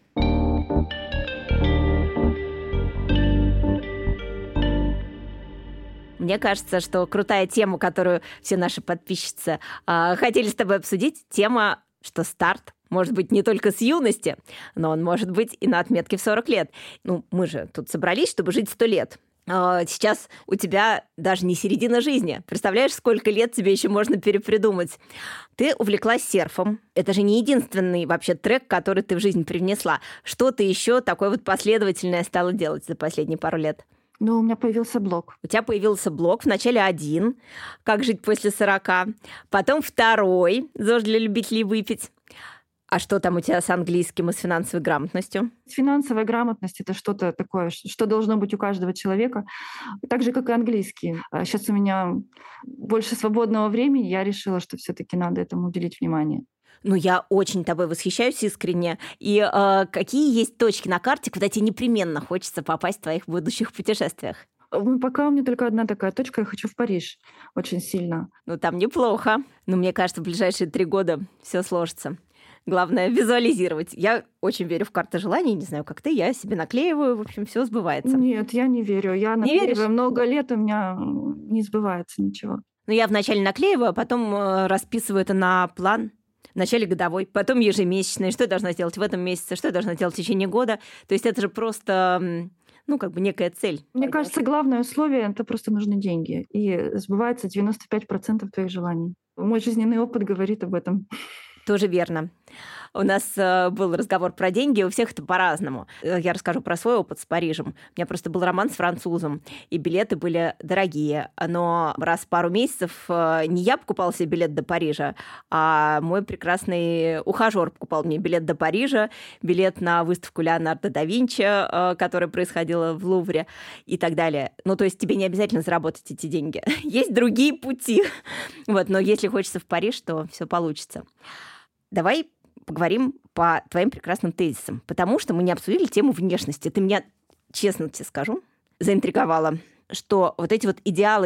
Мне кажется, что крутая тема, которую все наши подписчицы хотели с тобой обсудить, тема, что старт может быть не только с юности, но он может быть и на отметке в 40 лет. Ну, мы же тут собрались, чтобы жить 100 лет. Сейчас у тебя даже не середина жизни. Представляешь, сколько лет тебе еще можно перепридумать? Ты увлеклась серфом. Это же не единственный вообще трек, который ты в жизнь привнесла. Что ты еще такое вот последовательное стала делать за последние пару лет? Ну, у меня появился блог. У тебя появился блог. Вначале один, как жить после 40, потом второй, ЗОЖ для любителей выпить. А что там у тебя с английским и с финансовой грамотностью? Финансовая грамотность — это что-то такое, что должно быть у каждого человека, так же, как и английский. Сейчас у меня больше свободного времени, я решила, что все-таки надо этому уделить внимание. Ну, я очень тобой восхищаюсь искренне. И какие есть точки на карте, куда тебе непременно хочется попасть в твоих будущих путешествиях? Пока у меня только одна такая точка, я хочу в Париж очень сильно. Ну, там неплохо. Но мне кажется, в ближайшие 3 года все сложится. Главное — визуализировать. Я очень верю в карты желаний, не знаю, как ты, я себе наклеиваю, в общем, все сбывается. Нет, я не верю. Я наклеиваю много лет, у меня не сбывается ничего. Ну, я вначале наклеиваю, а потом расписываю это на план. Вначале годовой, потом ежемесячный. Что я должна сделать в этом месяце, что я должна делать в течение года. То есть это же просто, ну, как бы некая цель. Мне кажется, главное условие — это просто нужны деньги. И сбывается 95% твоих желаний. Мой жизненный опыт говорит об этом. Тоже верно. У нас был разговор про деньги, у всех это по-разному. Я расскажу про свой опыт с Парижем. У меня просто был роман с французом, и билеты были дорогие. Но раз в пару месяцев не я покупала себе билет до Парижа, а мой прекрасный ухажер покупал мне билет до Парижа, билет на выставку Леонардо да Винчи, которая происходила в Лувре и так далее. Ну, то есть тебе не обязательно заработать эти деньги. Есть другие пути. Вот, но если хочется в Париж, то все получится. Давай поговорим по твоим прекрасным тезисам, потому что мы не обсудили тему внешности. Ты меня, честно тебе скажу, заинтриговала, что вот эти вот идеалы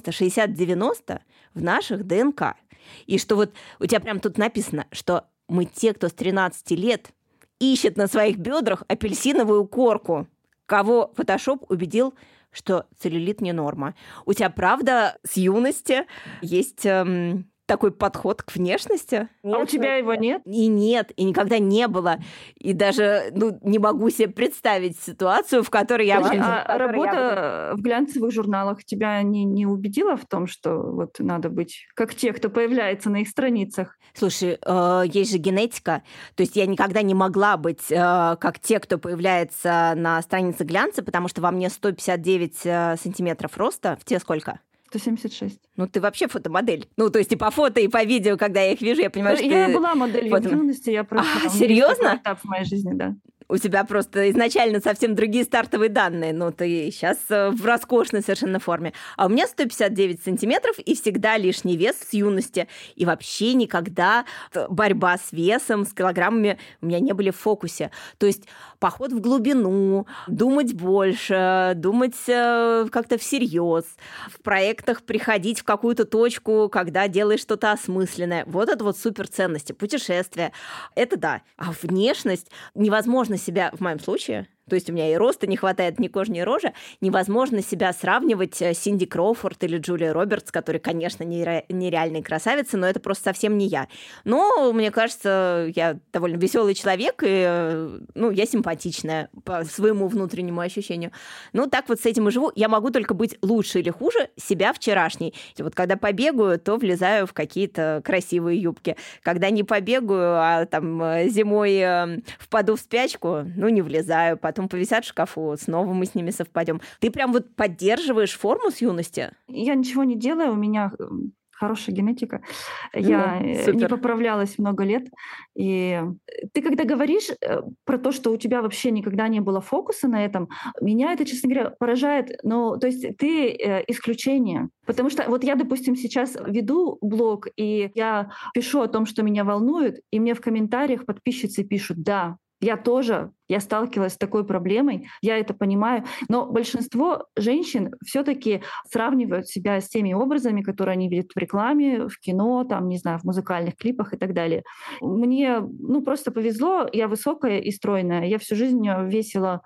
90-60-90 в наших ДНК. И что вот у тебя прям тут написано, что мы те, кто с 13 лет ищет на своих бедрах апельсиновую корку. кого фотошоп убедил, что целлюлит не норма? У тебя, правда, с юности есть такой подход к внешности? А у тебя его нет? И нет, и никогда не было. И даже не могу себе представить ситуацию, в которой я... Работа в глянцевых журналах тебя не убедила в том, что вот надо быть как те, кто появляется на их страницах? Слушай, есть же генетика. То есть я никогда не могла быть как те, кто появляется на странице глянца, потому что во мне 159 сантиметров роста. В тебе сколько? 176. Ну, ты вообще фотомодель. Ну, то есть и по фото, и по видео, когда я их вижу, я понимаю, что я ты... была моделью в юности, я просто... Серьезно? Этап в моей жизни, да. У тебя просто изначально совсем другие стартовые данные. Ну, ты сейчас в роскошной совершенно форме. А у меня 159 сантиметров и всегда лишний вес с юности. И вообще никогда борьба с весом, с килограммами у меня не были в фокусе. То есть поход в глубину, думать больше, думать как-то всерьез, в проектах приходить в какую-то точку, когда делаешь что-то осмысленное. Вот это вот суперценности, путешествия. Это да. А внешность невозможно себя, в моем случае, то есть у меня и роста не хватает, ни кожи, ни рожи, невозможно себя сравнивать с Синди Кроуфорд или Джулией Робертс, которые, конечно, нереальные красавицы, но это просто совсем не я. Но, мне кажется, я довольно веселый человек, и я симпатичная по своему внутреннему ощущению. Ну, так вот с этим и живу. Я могу только быть лучше или хуже себя вчерашней. Вот когда побегаю, то влезаю в какие-то красивые юбки. Когда не побегаю, а там зимой впаду в спячку, не влезаю. Потом повисят в шкафу, снова мы с ними совпадем. Ты прям вот поддерживаешь форму с юности? Я ничего не делаю, у меня хорошая генетика. Я не поправлялась много лет. И ты когда говоришь про то, что у тебя вообще никогда не было фокуса на этом, меня это, честно говоря, поражает. То есть ты исключение. Потому что вот я, допустим, сейчас веду блог, и я пишу о том, что меня волнует, и мне в комментариях подписчицы пишут: да, я сталкивалась с такой проблемой, я это понимаю, но большинство женщин все-таки сравнивают себя с теми образами, которые они видят в рекламе, в кино, там, не знаю, в музыкальных клипах и так далее. Мне, просто повезло, я высокая и стройная, я всю жизнь весила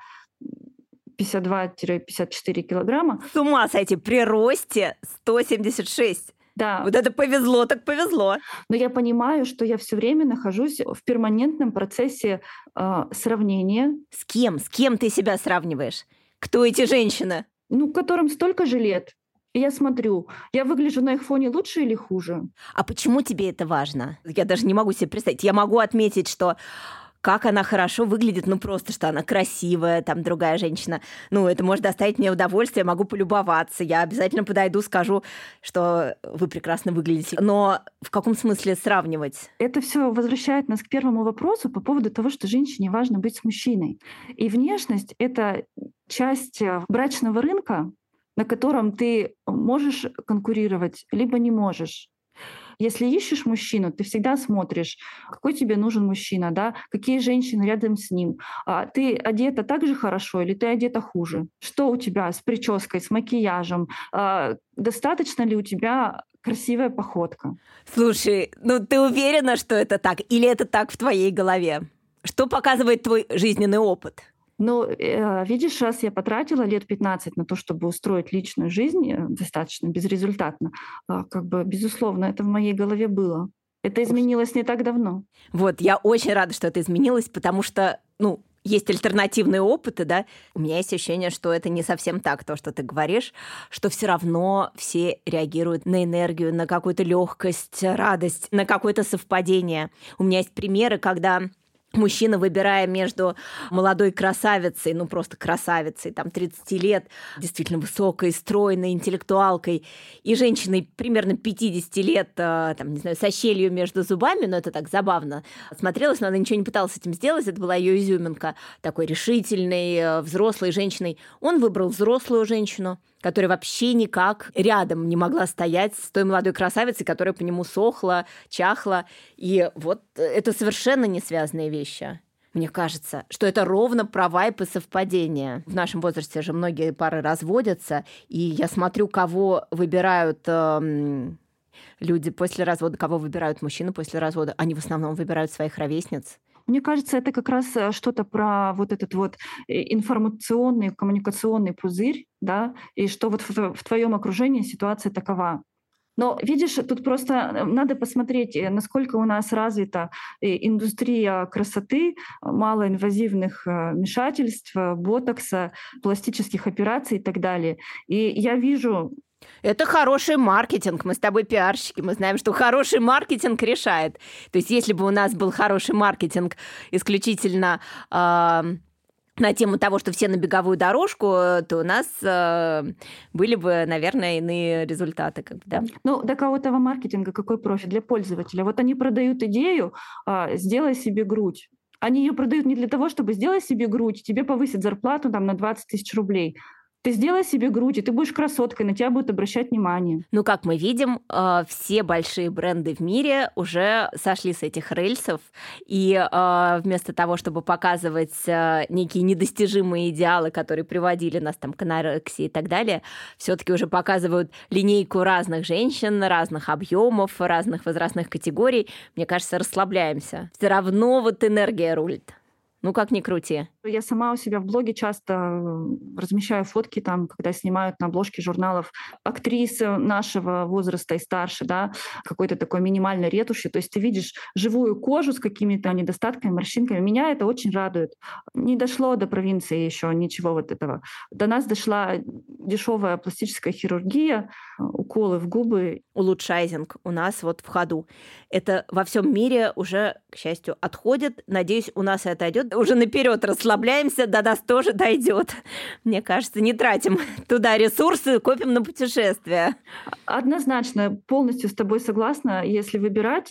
52-54 килограмма. С ума сойти, при росте 176. Да. Вот это повезло, так повезло. Но я понимаю, что я все время нахожусь в перманентном процессе сравнения. С кем? С кем ты себя сравниваешь? Кто эти женщины? Которым столько же лет. И я смотрю, я выгляжу на их фоне лучше или хуже? А почему тебе это важно? Я даже не могу себе представить. Я могу отметить, что как она хорошо выглядит, просто что она красивая, там другая женщина. Это может доставить мне удовольствие, я могу полюбоваться. Я обязательно подойду, скажу, что вы прекрасно выглядите. Но в каком смысле сравнивать? Это все возвращает нас к первому вопросу по поводу того, что женщине важно быть с мужчиной. И внешность — это часть брачного рынка, на котором ты можешь конкурировать, либо не можешь. Если ищешь мужчину, ты всегда смотришь, какой тебе нужен мужчина, да, какие женщины рядом с ним. Ты одета так же хорошо или ты одета хуже? Что у тебя с прической, с макияжем? Достаточно ли у тебя красивая походка? Слушай, ты уверена, что это так? Или это так в твоей голове? Что показывает твой жизненный опыт? Видишь, раз я потратила лет 15 на то, чтобы устроить личную жизнь достаточно безрезультатно, безусловно, это в моей голове было. Это изменилось не так давно. Вот, я очень рада, что это изменилось, потому что, есть альтернативные опыты, да. У меня есть ощущение, что это не совсем так, то, что ты говоришь, что все равно все реагируют на энергию, на какую-то легкость, радость, на какое-то совпадение. У меня есть примеры, когда мужчина, выбирая между молодой красавицей, просто красавицей, 30 лет, действительно высокой, стройной, интеллектуалкой, и женщиной примерно 50 лет, со щелью между зубами, но это так забавно смотрелось, но она ничего не пыталась с этим сделать, это была ее изюминка, такой решительной, взрослой женщиной. Он выбрал взрослую женщину, которая вообще никак рядом не могла стоять с той молодой красавицей, которая по нему сохла, чахла. И вот это совершенно не связанные вещи. Мне кажется, что это ровно про вайб и совпадение. В нашем возрасте же многие пары разводятся, и я смотрю, кого выбирают люди после развода, кого выбирают мужчины после развода. Они в основном выбирают своих ровесниц. Мне кажется, это как раз что-то про вот этот вот информационный, коммуникационный пузырь, да, и что вот в твоем окружении ситуация такова. Но видишь, тут просто надо посмотреть, насколько у нас развита индустрия красоты, малоинвазивных вмешательств, ботокса, пластических операций и так далее. И я вижу. Это хороший маркетинг. Мы с тобой пиарщики, мы знаем, что хороший маркетинг решает. То есть если бы у нас был хороший маркетинг исключительно на тему того, что все на беговую дорожку, то у нас были бы, наверное, иные результаты. Да? Ну, для кого-то маркетинга какой профит? Для пользователя. Вот они продают идею «сделай себе грудь». Они ее продают не для того, чтобы «сделай себе грудь», тебе повысить зарплату там, на 20 тысяч рублей. Ты сделай себе грудь, и ты будешь красоткой, на тебя будут обращать внимание. Ну, как мы видим, все большие бренды в мире уже сошли с этих рельсов, и вместо того, чтобы показывать некие недостижимые идеалы, которые приводили нас там к анорексии и так далее, все-таки уже показывают линейку разных женщин, разных объемов, разных возрастных категорий. Мне кажется, расслабляемся. Все равно вот энергия рулит. Ну, как ни крути. Я сама у себя в блоге часто размещаю фотки, там, когда снимают на обложке журналов актрис нашего возраста и старше, да, какой-то такой минимальной ретуши. То есть ты видишь живую кожу с какими-то недостатками, морщинками. Меня это очень радует. Не дошло до провинции еще ничего вот этого. До нас дошла дешевая пластическая хирургия, уколы в губы. Улучшайзинг у нас вот в ходу. Это во всем мире уже, к счастью, отходит. Надеюсь, у нас это идет. Уже наперед расслабляемся, до нас тоже дойдет. Мне кажется, не тратим туда ресурсы, копим на путешествия. Однозначно, полностью с тобой согласна. Если выбирать,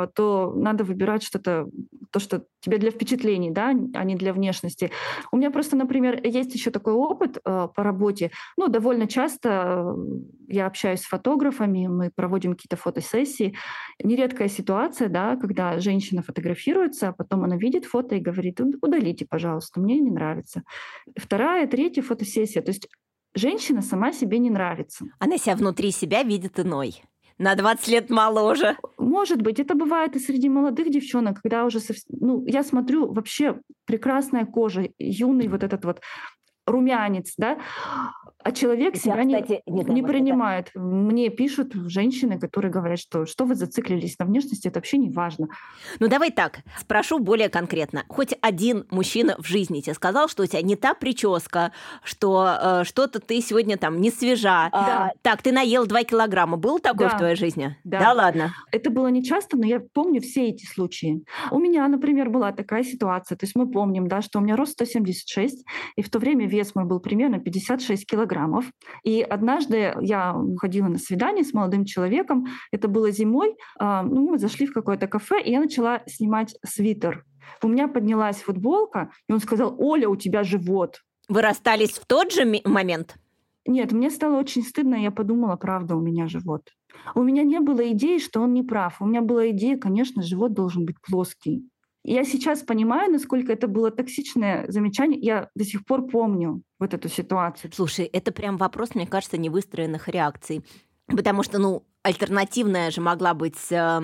то надо выбирать что-то, то, что тебе для впечатлений, да, а не для внешности. У меня просто, например, есть еще такой опыт по работе. Ну, довольно часто я общаюсь с фотографами, мы проводим какие-то фотосессии. Нередкая ситуация, да, когда женщина фотографируется, а потом она видит фото и говорит: удалите, пожалуйста, мне не нравится. Вторая, третья фотосессия. То есть женщина сама себе не нравится. Она себя внутри себя видит иной. На 20 лет моложе. Может быть, это бывает и среди молодых девчонок, когда уже... Ну, я смотрю, вообще прекрасная кожа, юный вот этот вот румянец, да, а человек себя не принимает. Мне пишут женщины, которые говорят, что вы зациклились на внешности, это вообще не важно. Ну, давай так, спрошу более конкретно. Хоть один мужчина в жизни тебе сказал, что у тебя не та прическа, что что-то ты сегодня там не свежа. Да. Так, ты наел 2 килограмма. Был такой в твоей жизни? Да, ладно. Это было не часто, но я помню все эти случаи. У меня, например, была такая ситуация. То есть мы помним, да, что у меня рост 176, и в то время вес мой был примерно 56 килограммов. И однажды я ходила на свидание с молодым человеком. Это было зимой. Мы зашли в какое-то кафе, и я начала снимать свитер. У меня поднялась футболка, и он сказал: «Оля, у тебя живот». Вы расстались в тот же момент? Нет, мне стало очень стыдно, и я подумала: правда, у меня живот. У меня не было идеи, что он не прав. У меня была идея, конечно, живот должен быть плоский. Я сейчас понимаю, насколько это было токсичное замечание. Я до сих пор помню вот эту ситуацию. Слушай, это прям вопрос, мне кажется, невыстроенных реакций. Потому что, альтернативная же могла быть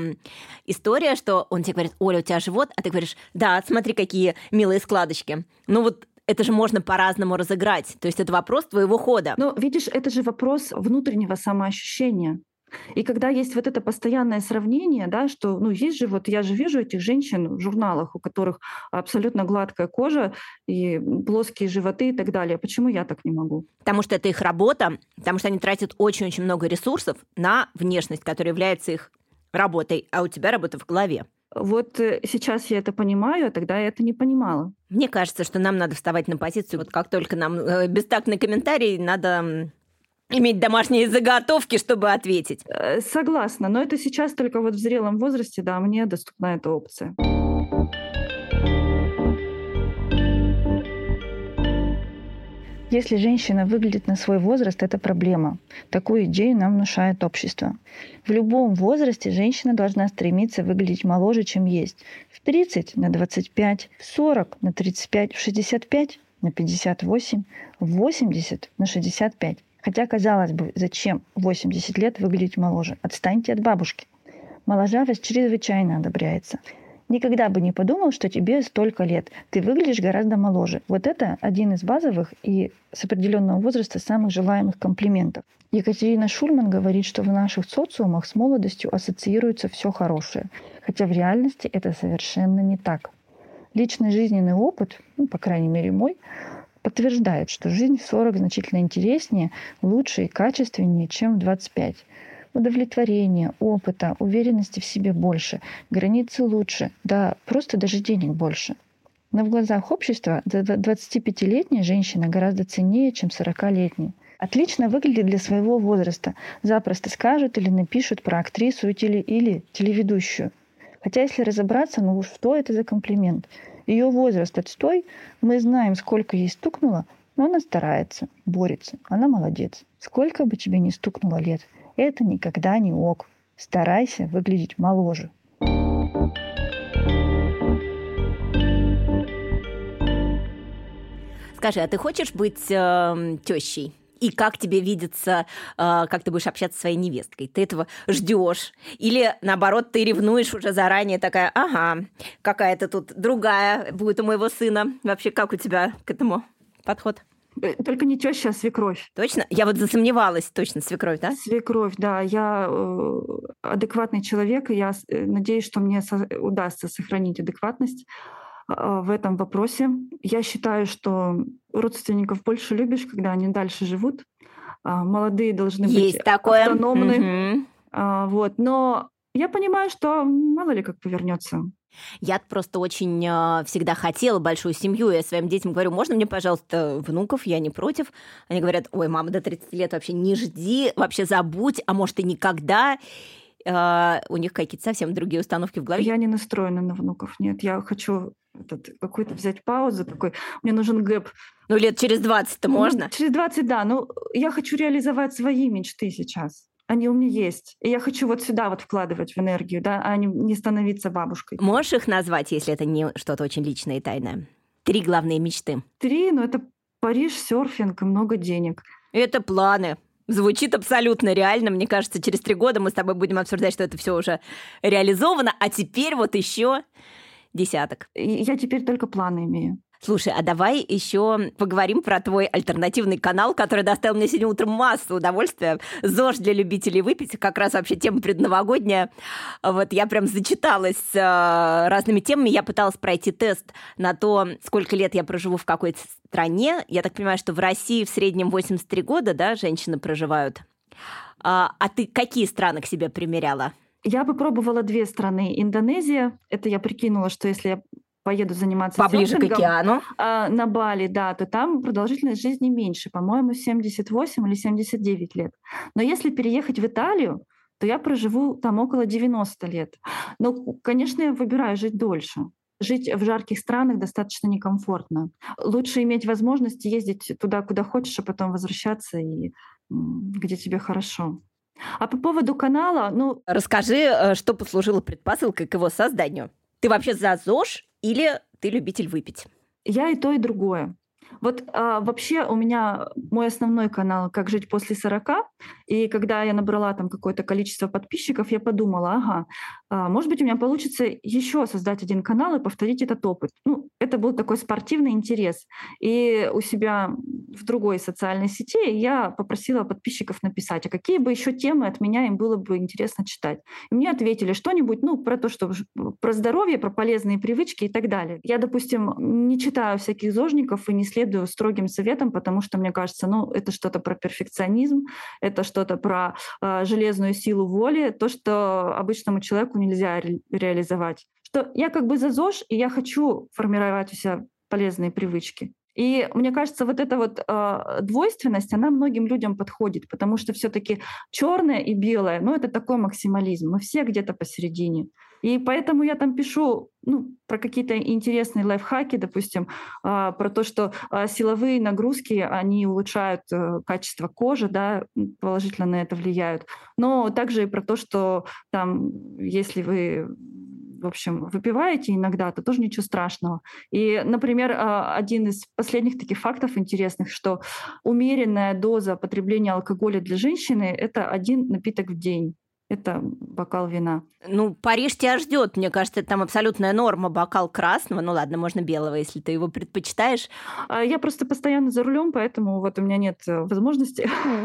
история, что он тебе говорит: Оля, у тебя живот, а ты говоришь: да, смотри, какие милые складочки. Это же можно по-разному разыграть. То есть это вопрос твоего хода. Но видишь, это же вопрос внутреннего самоощущения. И когда есть вот это постоянное сравнение, да, что, есть же, вот я же вижу этих женщин в журналах, у которых абсолютно гладкая кожа и плоские животы и так далее. Почему я так не могу? Потому что это их работа, потому что они тратят очень-очень много ресурсов на внешность, которая является их работой, а у тебя работа в голове. Вот сейчас я это понимаю, а тогда я это не понимала. Мне кажется, что нам надо вставать на позицию. Вот как только нам бестактный комментарий, надо иметь домашние заготовки, чтобы ответить. Согласна, но это сейчас только вот в зрелом возрасте, да, мне доступна эта опция. Если женщина выглядит на свой возраст, это проблема. Такую идею нам внушает общество. В любом возрасте женщина должна стремиться выглядеть моложе, чем есть. В 30 на 25, в 40 на 35, в 65 на 58, в 80 на 65. Хотя, казалось бы, зачем 80 лет выглядеть моложе? Отстаньте от бабушки. Моложавость чрезвычайно одобряется. Никогда бы не подумал, что тебе столько лет. Ты выглядишь гораздо моложе. Вот это один из базовых и с определенного возраста самых желаемых комплиментов. Екатерина Шульман говорит, что в наших социумах с молодостью ассоциируется все хорошее. Хотя в реальности это совершенно не так. Личный жизненный опыт, по крайней мере мой, подтверждает, что жизнь в 40 значительно интереснее, лучше и качественнее, чем в 25. Удовлетворения, опыта, уверенности в себе больше, границы лучше, да просто даже денег больше. Но в глазах общества 25-летняя женщина гораздо ценнее, чем 40-летняя. Отлично выглядит для своего возраста. Запросто скажут или напишут про актрису или телеведущую. Хотя если разобраться, что это за комплимент? Ее возраст отстой, мы знаем, сколько ей стукнуло, но она старается, борется, она молодец. Сколько бы тебе ни стукнуло лет, это никогда не ок. Старайся выглядеть моложе. Скажи, а ты хочешь быть тещей? И как тебе видится, как ты будешь общаться со своей невесткой? Ты этого ждешь? Или, наоборот, ты ревнуешь уже заранее, такая, ага, какая-то тут другая будет у моего сына. Вообще, как у тебя к этому подход? Только не теща, а свекровь. Точно? Я вот засомневалась, точно, свекровь, да? Свекровь, да. Я адекватный человек, и я надеюсь, что мне удастся сохранить адекватность в этом вопросе. Я считаю, что родственников больше любишь, когда они дальше живут. Молодые должны быть автономны. Вот. Но я понимаю, что мало ли как повернется. Я просто очень всегда хотела большую семью. Я своим детям говорю, можно мне, пожалуйста, внуков, я не против. Они говорят, ой, мама, до 30 лет вообще не жди, вообще забудь, а может и никогда. У них какие-то совсем другие установки в голове. Я не настроена на внуков, нет. Я хочу какую-то взять паузу, мне нужен гэп. Ну, лет через 20-то можно? Через 20, да. Я хочу реализовать свои мечты сейчас. Они у меня есть. И я хочу вот сюда вот вкладывать в энергию, да, а не становиться бабушкой. Можешь их назвать, если это не что-то очень личное и тайное? 3 главные мечты. 3, это Париж, серфинг и много денег. Это планы. Звучит абсолютно реально. Мне кажется, через 3 года мы с тобой будем обсуждать, что это все уже реализовано, а теперь вот еще десяток. Я теперь только планы имею. Слушай, а давай еще поговорим про твой альтернативный канал, который доставил мне сегодня утром массу удовольствия. ЗОЖ для любителей выпить. Как раз вообще тема предновогодняя. Вот я прям зачиталась разными темами. Я пыталась пройти тест на то, сколько лет я проживу в какой-то стране. Я так понимаю, что в России в среднем 83 года, да, женщины проживают. А ты какие страны к себе примеряла? Я попробовала 2 страны. Индонезия. Это я прикинула, что если я поеду заниматься поближе серфингом, к океану, на Бали, да, то там продолжительность жизни меньше, по-моему, 78 или 79 лет. Но если переехать в Италию, то я проживу там около 90 лет. Но, конечно, я выбираю жить дольше. Жить в жарких странах достаточно некомфортно. Лучше иметь возможность ездить туда, куда хочешь, а потом возвращаться, и где тебе хорошо. А по поводу канала, Расскажи, что послужило предпосылкой к его созданию. Ты вообще за ЗОЖ или ты любитель выпить? Я и то, и другое. Вот вообще у меня мой основной канал «Как жить после 40». И когда я набрала там какое-то количество подписчиков, я подумала, может быть, у меня получится еще создать один канал и повторить этот опыт. Это был такой спортивный интерес. И у себя в другой социальной сети я попросила подписчиков написать, а какие бы еще темы от меня им было бы интересно читать. И мне ответили что-нибудь, про то, что про здоровье, про полезные привычки и так далее. Я, допустим, не читаю всяких зожников и не следую строгим советам, потому что, мне кажется, это что-то про перфекционизм, это что-то про железную силу воли, то, что обычному человеку нельзя реализовать. Что я как бы за ЗОЖ, и я хочу формировать у себя полезные привычки. И мне кажется, вот эта вот двойственность, она многим людям подходит, потому что все-таки черное и белое, это такой максимализм. Мы все где-то посередине. И поэтому я там пишу про какие-то интересные лайфхаки, допустим, про то, что силовые нагрузки, они улучшают качество кожи, да, положительно на это влияют. Но также и про то, что там, если вы выпиваете иногда, то тоже ничего страшного. И, например, один из последних таких фактов интересных, что умеренная доза потребления алкоголя для женщины — это 1 напиток в день. это бокал вина. Ну, Париж тебя ждет. Мне кажется, там абсолютная норма бокал красного. Ну ладно, можно белого, если ты его предпочитаешь. Я просто постоянно за рулем, поэтому вот у меня нет возможности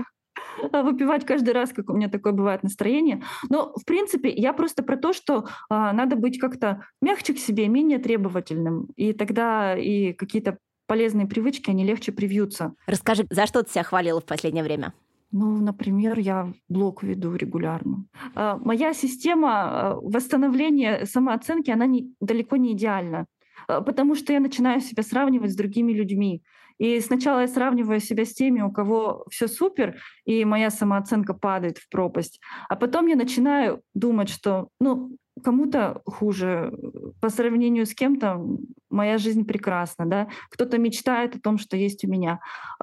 выпивать каждый раз, как у меня такое бывает настроение. Но, в принципе, я просто про то, что надо быть как-то мягче к себе, менее требовательным. И тогда и какие-то полезные привычки, они легче привьются. Расскажи, за что ты себя хвалила в последнее время? Ну, например, я блог веду регулярно. Моя система восстановления самооценки, она далеко не идеальна, потому что я начинаю себя сравнивать с другими людьми. И сначала я сравниваю себя с теми, у кого все супер, и моя самооценка падает в пропасть. А потом я начинаю думать, что кому-то хуже, по сравнению с кем-то моя жизнь прекрасна, да? Кто-то мечтает о том, что есть у меня.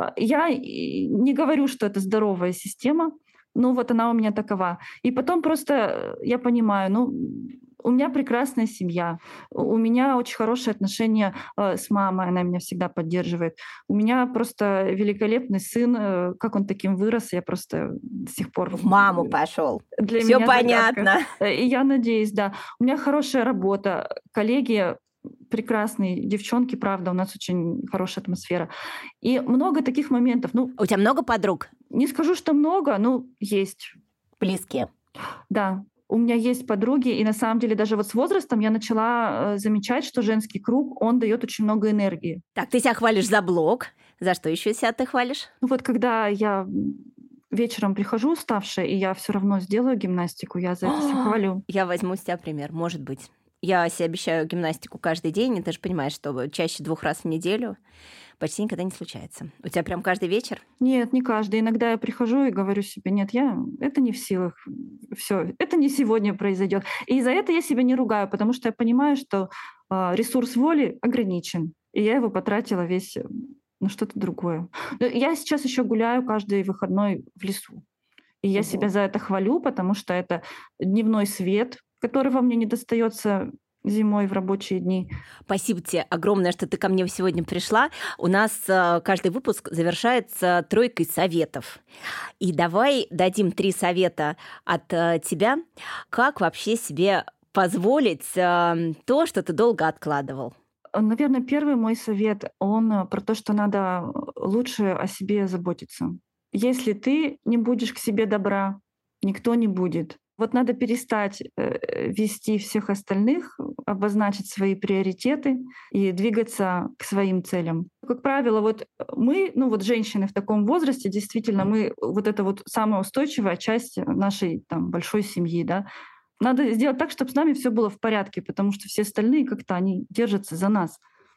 Я не говорю, что это здоровая система, но вот она у меня такова. И потом просто я понимаю, у меня прекрасная семья, у меня очень хорошие отношения с мамой, она меня всегда поддерживает. У меня просто великолепный сын, как он таким вырос, я просто до сих пор... В маму пошел. Все понятно. И я надеюсь, да. У меня хорошая работа, коллеги прекрасные, девчонки, правда, у нас очень хорошая атмосфера. И много таких моментов. У тебя много подруг? Не скажу, что много, но есть. Близкие? Да. У меня есть подруги, и на самом деле даже вот с возрастом я начала замечать, что женский круг, он дает очень много энергии. Так, ты себя хвалишь за блог. За что еще себя ты хвалишь? Вот когда я вечером прихожу уставшая, и я все равно сделаю гимнастику, я за это себя хвалю. Я возьму с тебя пример, может быть. Я себе обещаю гимнастику каждый день, и ты же понимаешь, что чаще 2 раз в неделю почти никогда не случается. У тебя прям каждый вечер? Нет, не каждый. Иногда я прихожу и говорю себе, нет, это не в силах. Все, это не сегодня произойдет. И за это я себя не ругаю, потому что я понимаю, что ресурс воли ограничен. И я его потратила весь на что-то другое. Но я сейчас еще гуляю каждый выходной в лесу. И я себя за это хвалю, потому что это дневной свет, которого мне не достается зимой в рабочие дни. Спасибо тебе огромное, что ты ко мне сегодня пришла. У нас каждый выпуск завершается 3 советов. И давай дадим 3 совета от тебя. Как вообще себе позволить то, что ты долго откладывал? Наверное, первый мой совет, он про то, что надо лучше о себе заботиться. Если ты не будешь к себе добра, никто не будет. Вот надо перестать вести всех остальных, обозначить свои приоритеты и двигаться к своим целям. Как правило, вот мы, женщины в таком возрасте, действительно, мы вот это вот самая устойчивая часть нашей большой семьи, да. Надо сделать так, чтобы с нами все было в порядке, потому что все остальные как-то они держатся за нас.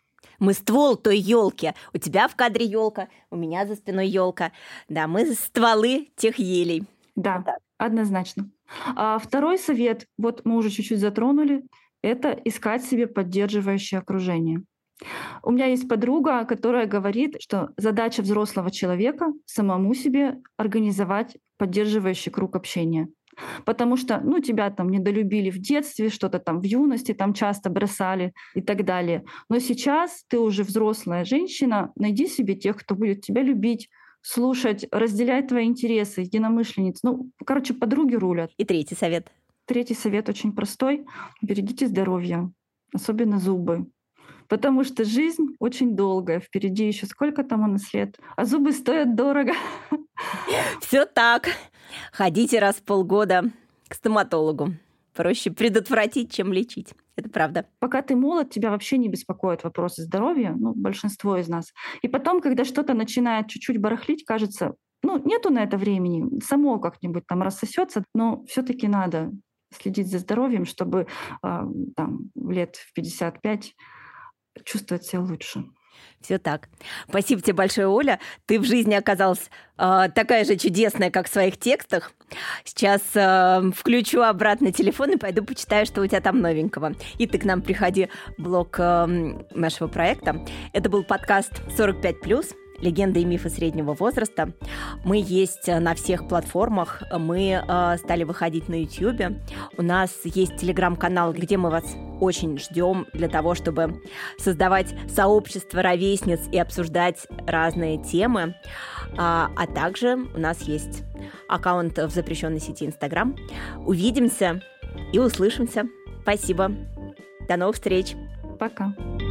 Мы ствол той елки. У тебя в кадре елка, у меня за спиной елка. Да, мы стволы тех елей. Да, однозначно. А второй совет, вот мы уже чуть-чуть затронули, это искать себе поддерживающее окружение. У меня есть подруга, которая говорит, что задача взрослого человека самому себе организовать поддерживающий круг общения. Потому что, тебя там недолюбили в детстве, что-то там в юности там часто бросали и так далее. Но сейчас ты уже взрослая женщина, найди себе тех, кто будет тебя любить, слушать, разделять твои интересы, единомышленниц. Подруги рулят. И 3 совет. 3 совет очень простой. Берегите здоровье, особенно зубы. Потому что жизнь очень долгая. Впереди еще сколько там у нас лет. А зубы стоят дорого. Все так. Ходите раз в полгода к стоматологу. Проще предотвратить, чем лечить. Это правда. Пока ты молод, тебя вообще не беспокоят вопросы здоровья, большинство из нас. И потом, когда что-то начинает чуть-чуть барахлить, кажется, нету на это времени, само как-нибудь там рассосется, но все-таки надо следить за здоровьем, чтобы лет в 55 чувствовать себя лучше. Все так. Спасибо тебе большое, Оля. Ты в жизни оказалась такая же чудесная, как в своих текстах. Сейчас включу обратно телефон и пойду почитаю, что у тебя там новенького. И ты к нам приходи в блог нашего проекта. Это был подкаст 45+. «Легенды и мифы среднего возраста». Мы есть на всех платформах, мы стали выходить на YouTube. У нас есть телеграм-канал, где мы вас очень ждем для того, чтобы создавать сообщество ровесниц и обсуждать разные темы. А также у нас есть аккаунт в запрещенной сети Instagram. Увидимся и услышимся. Спасибо. До новых встреч. Пока.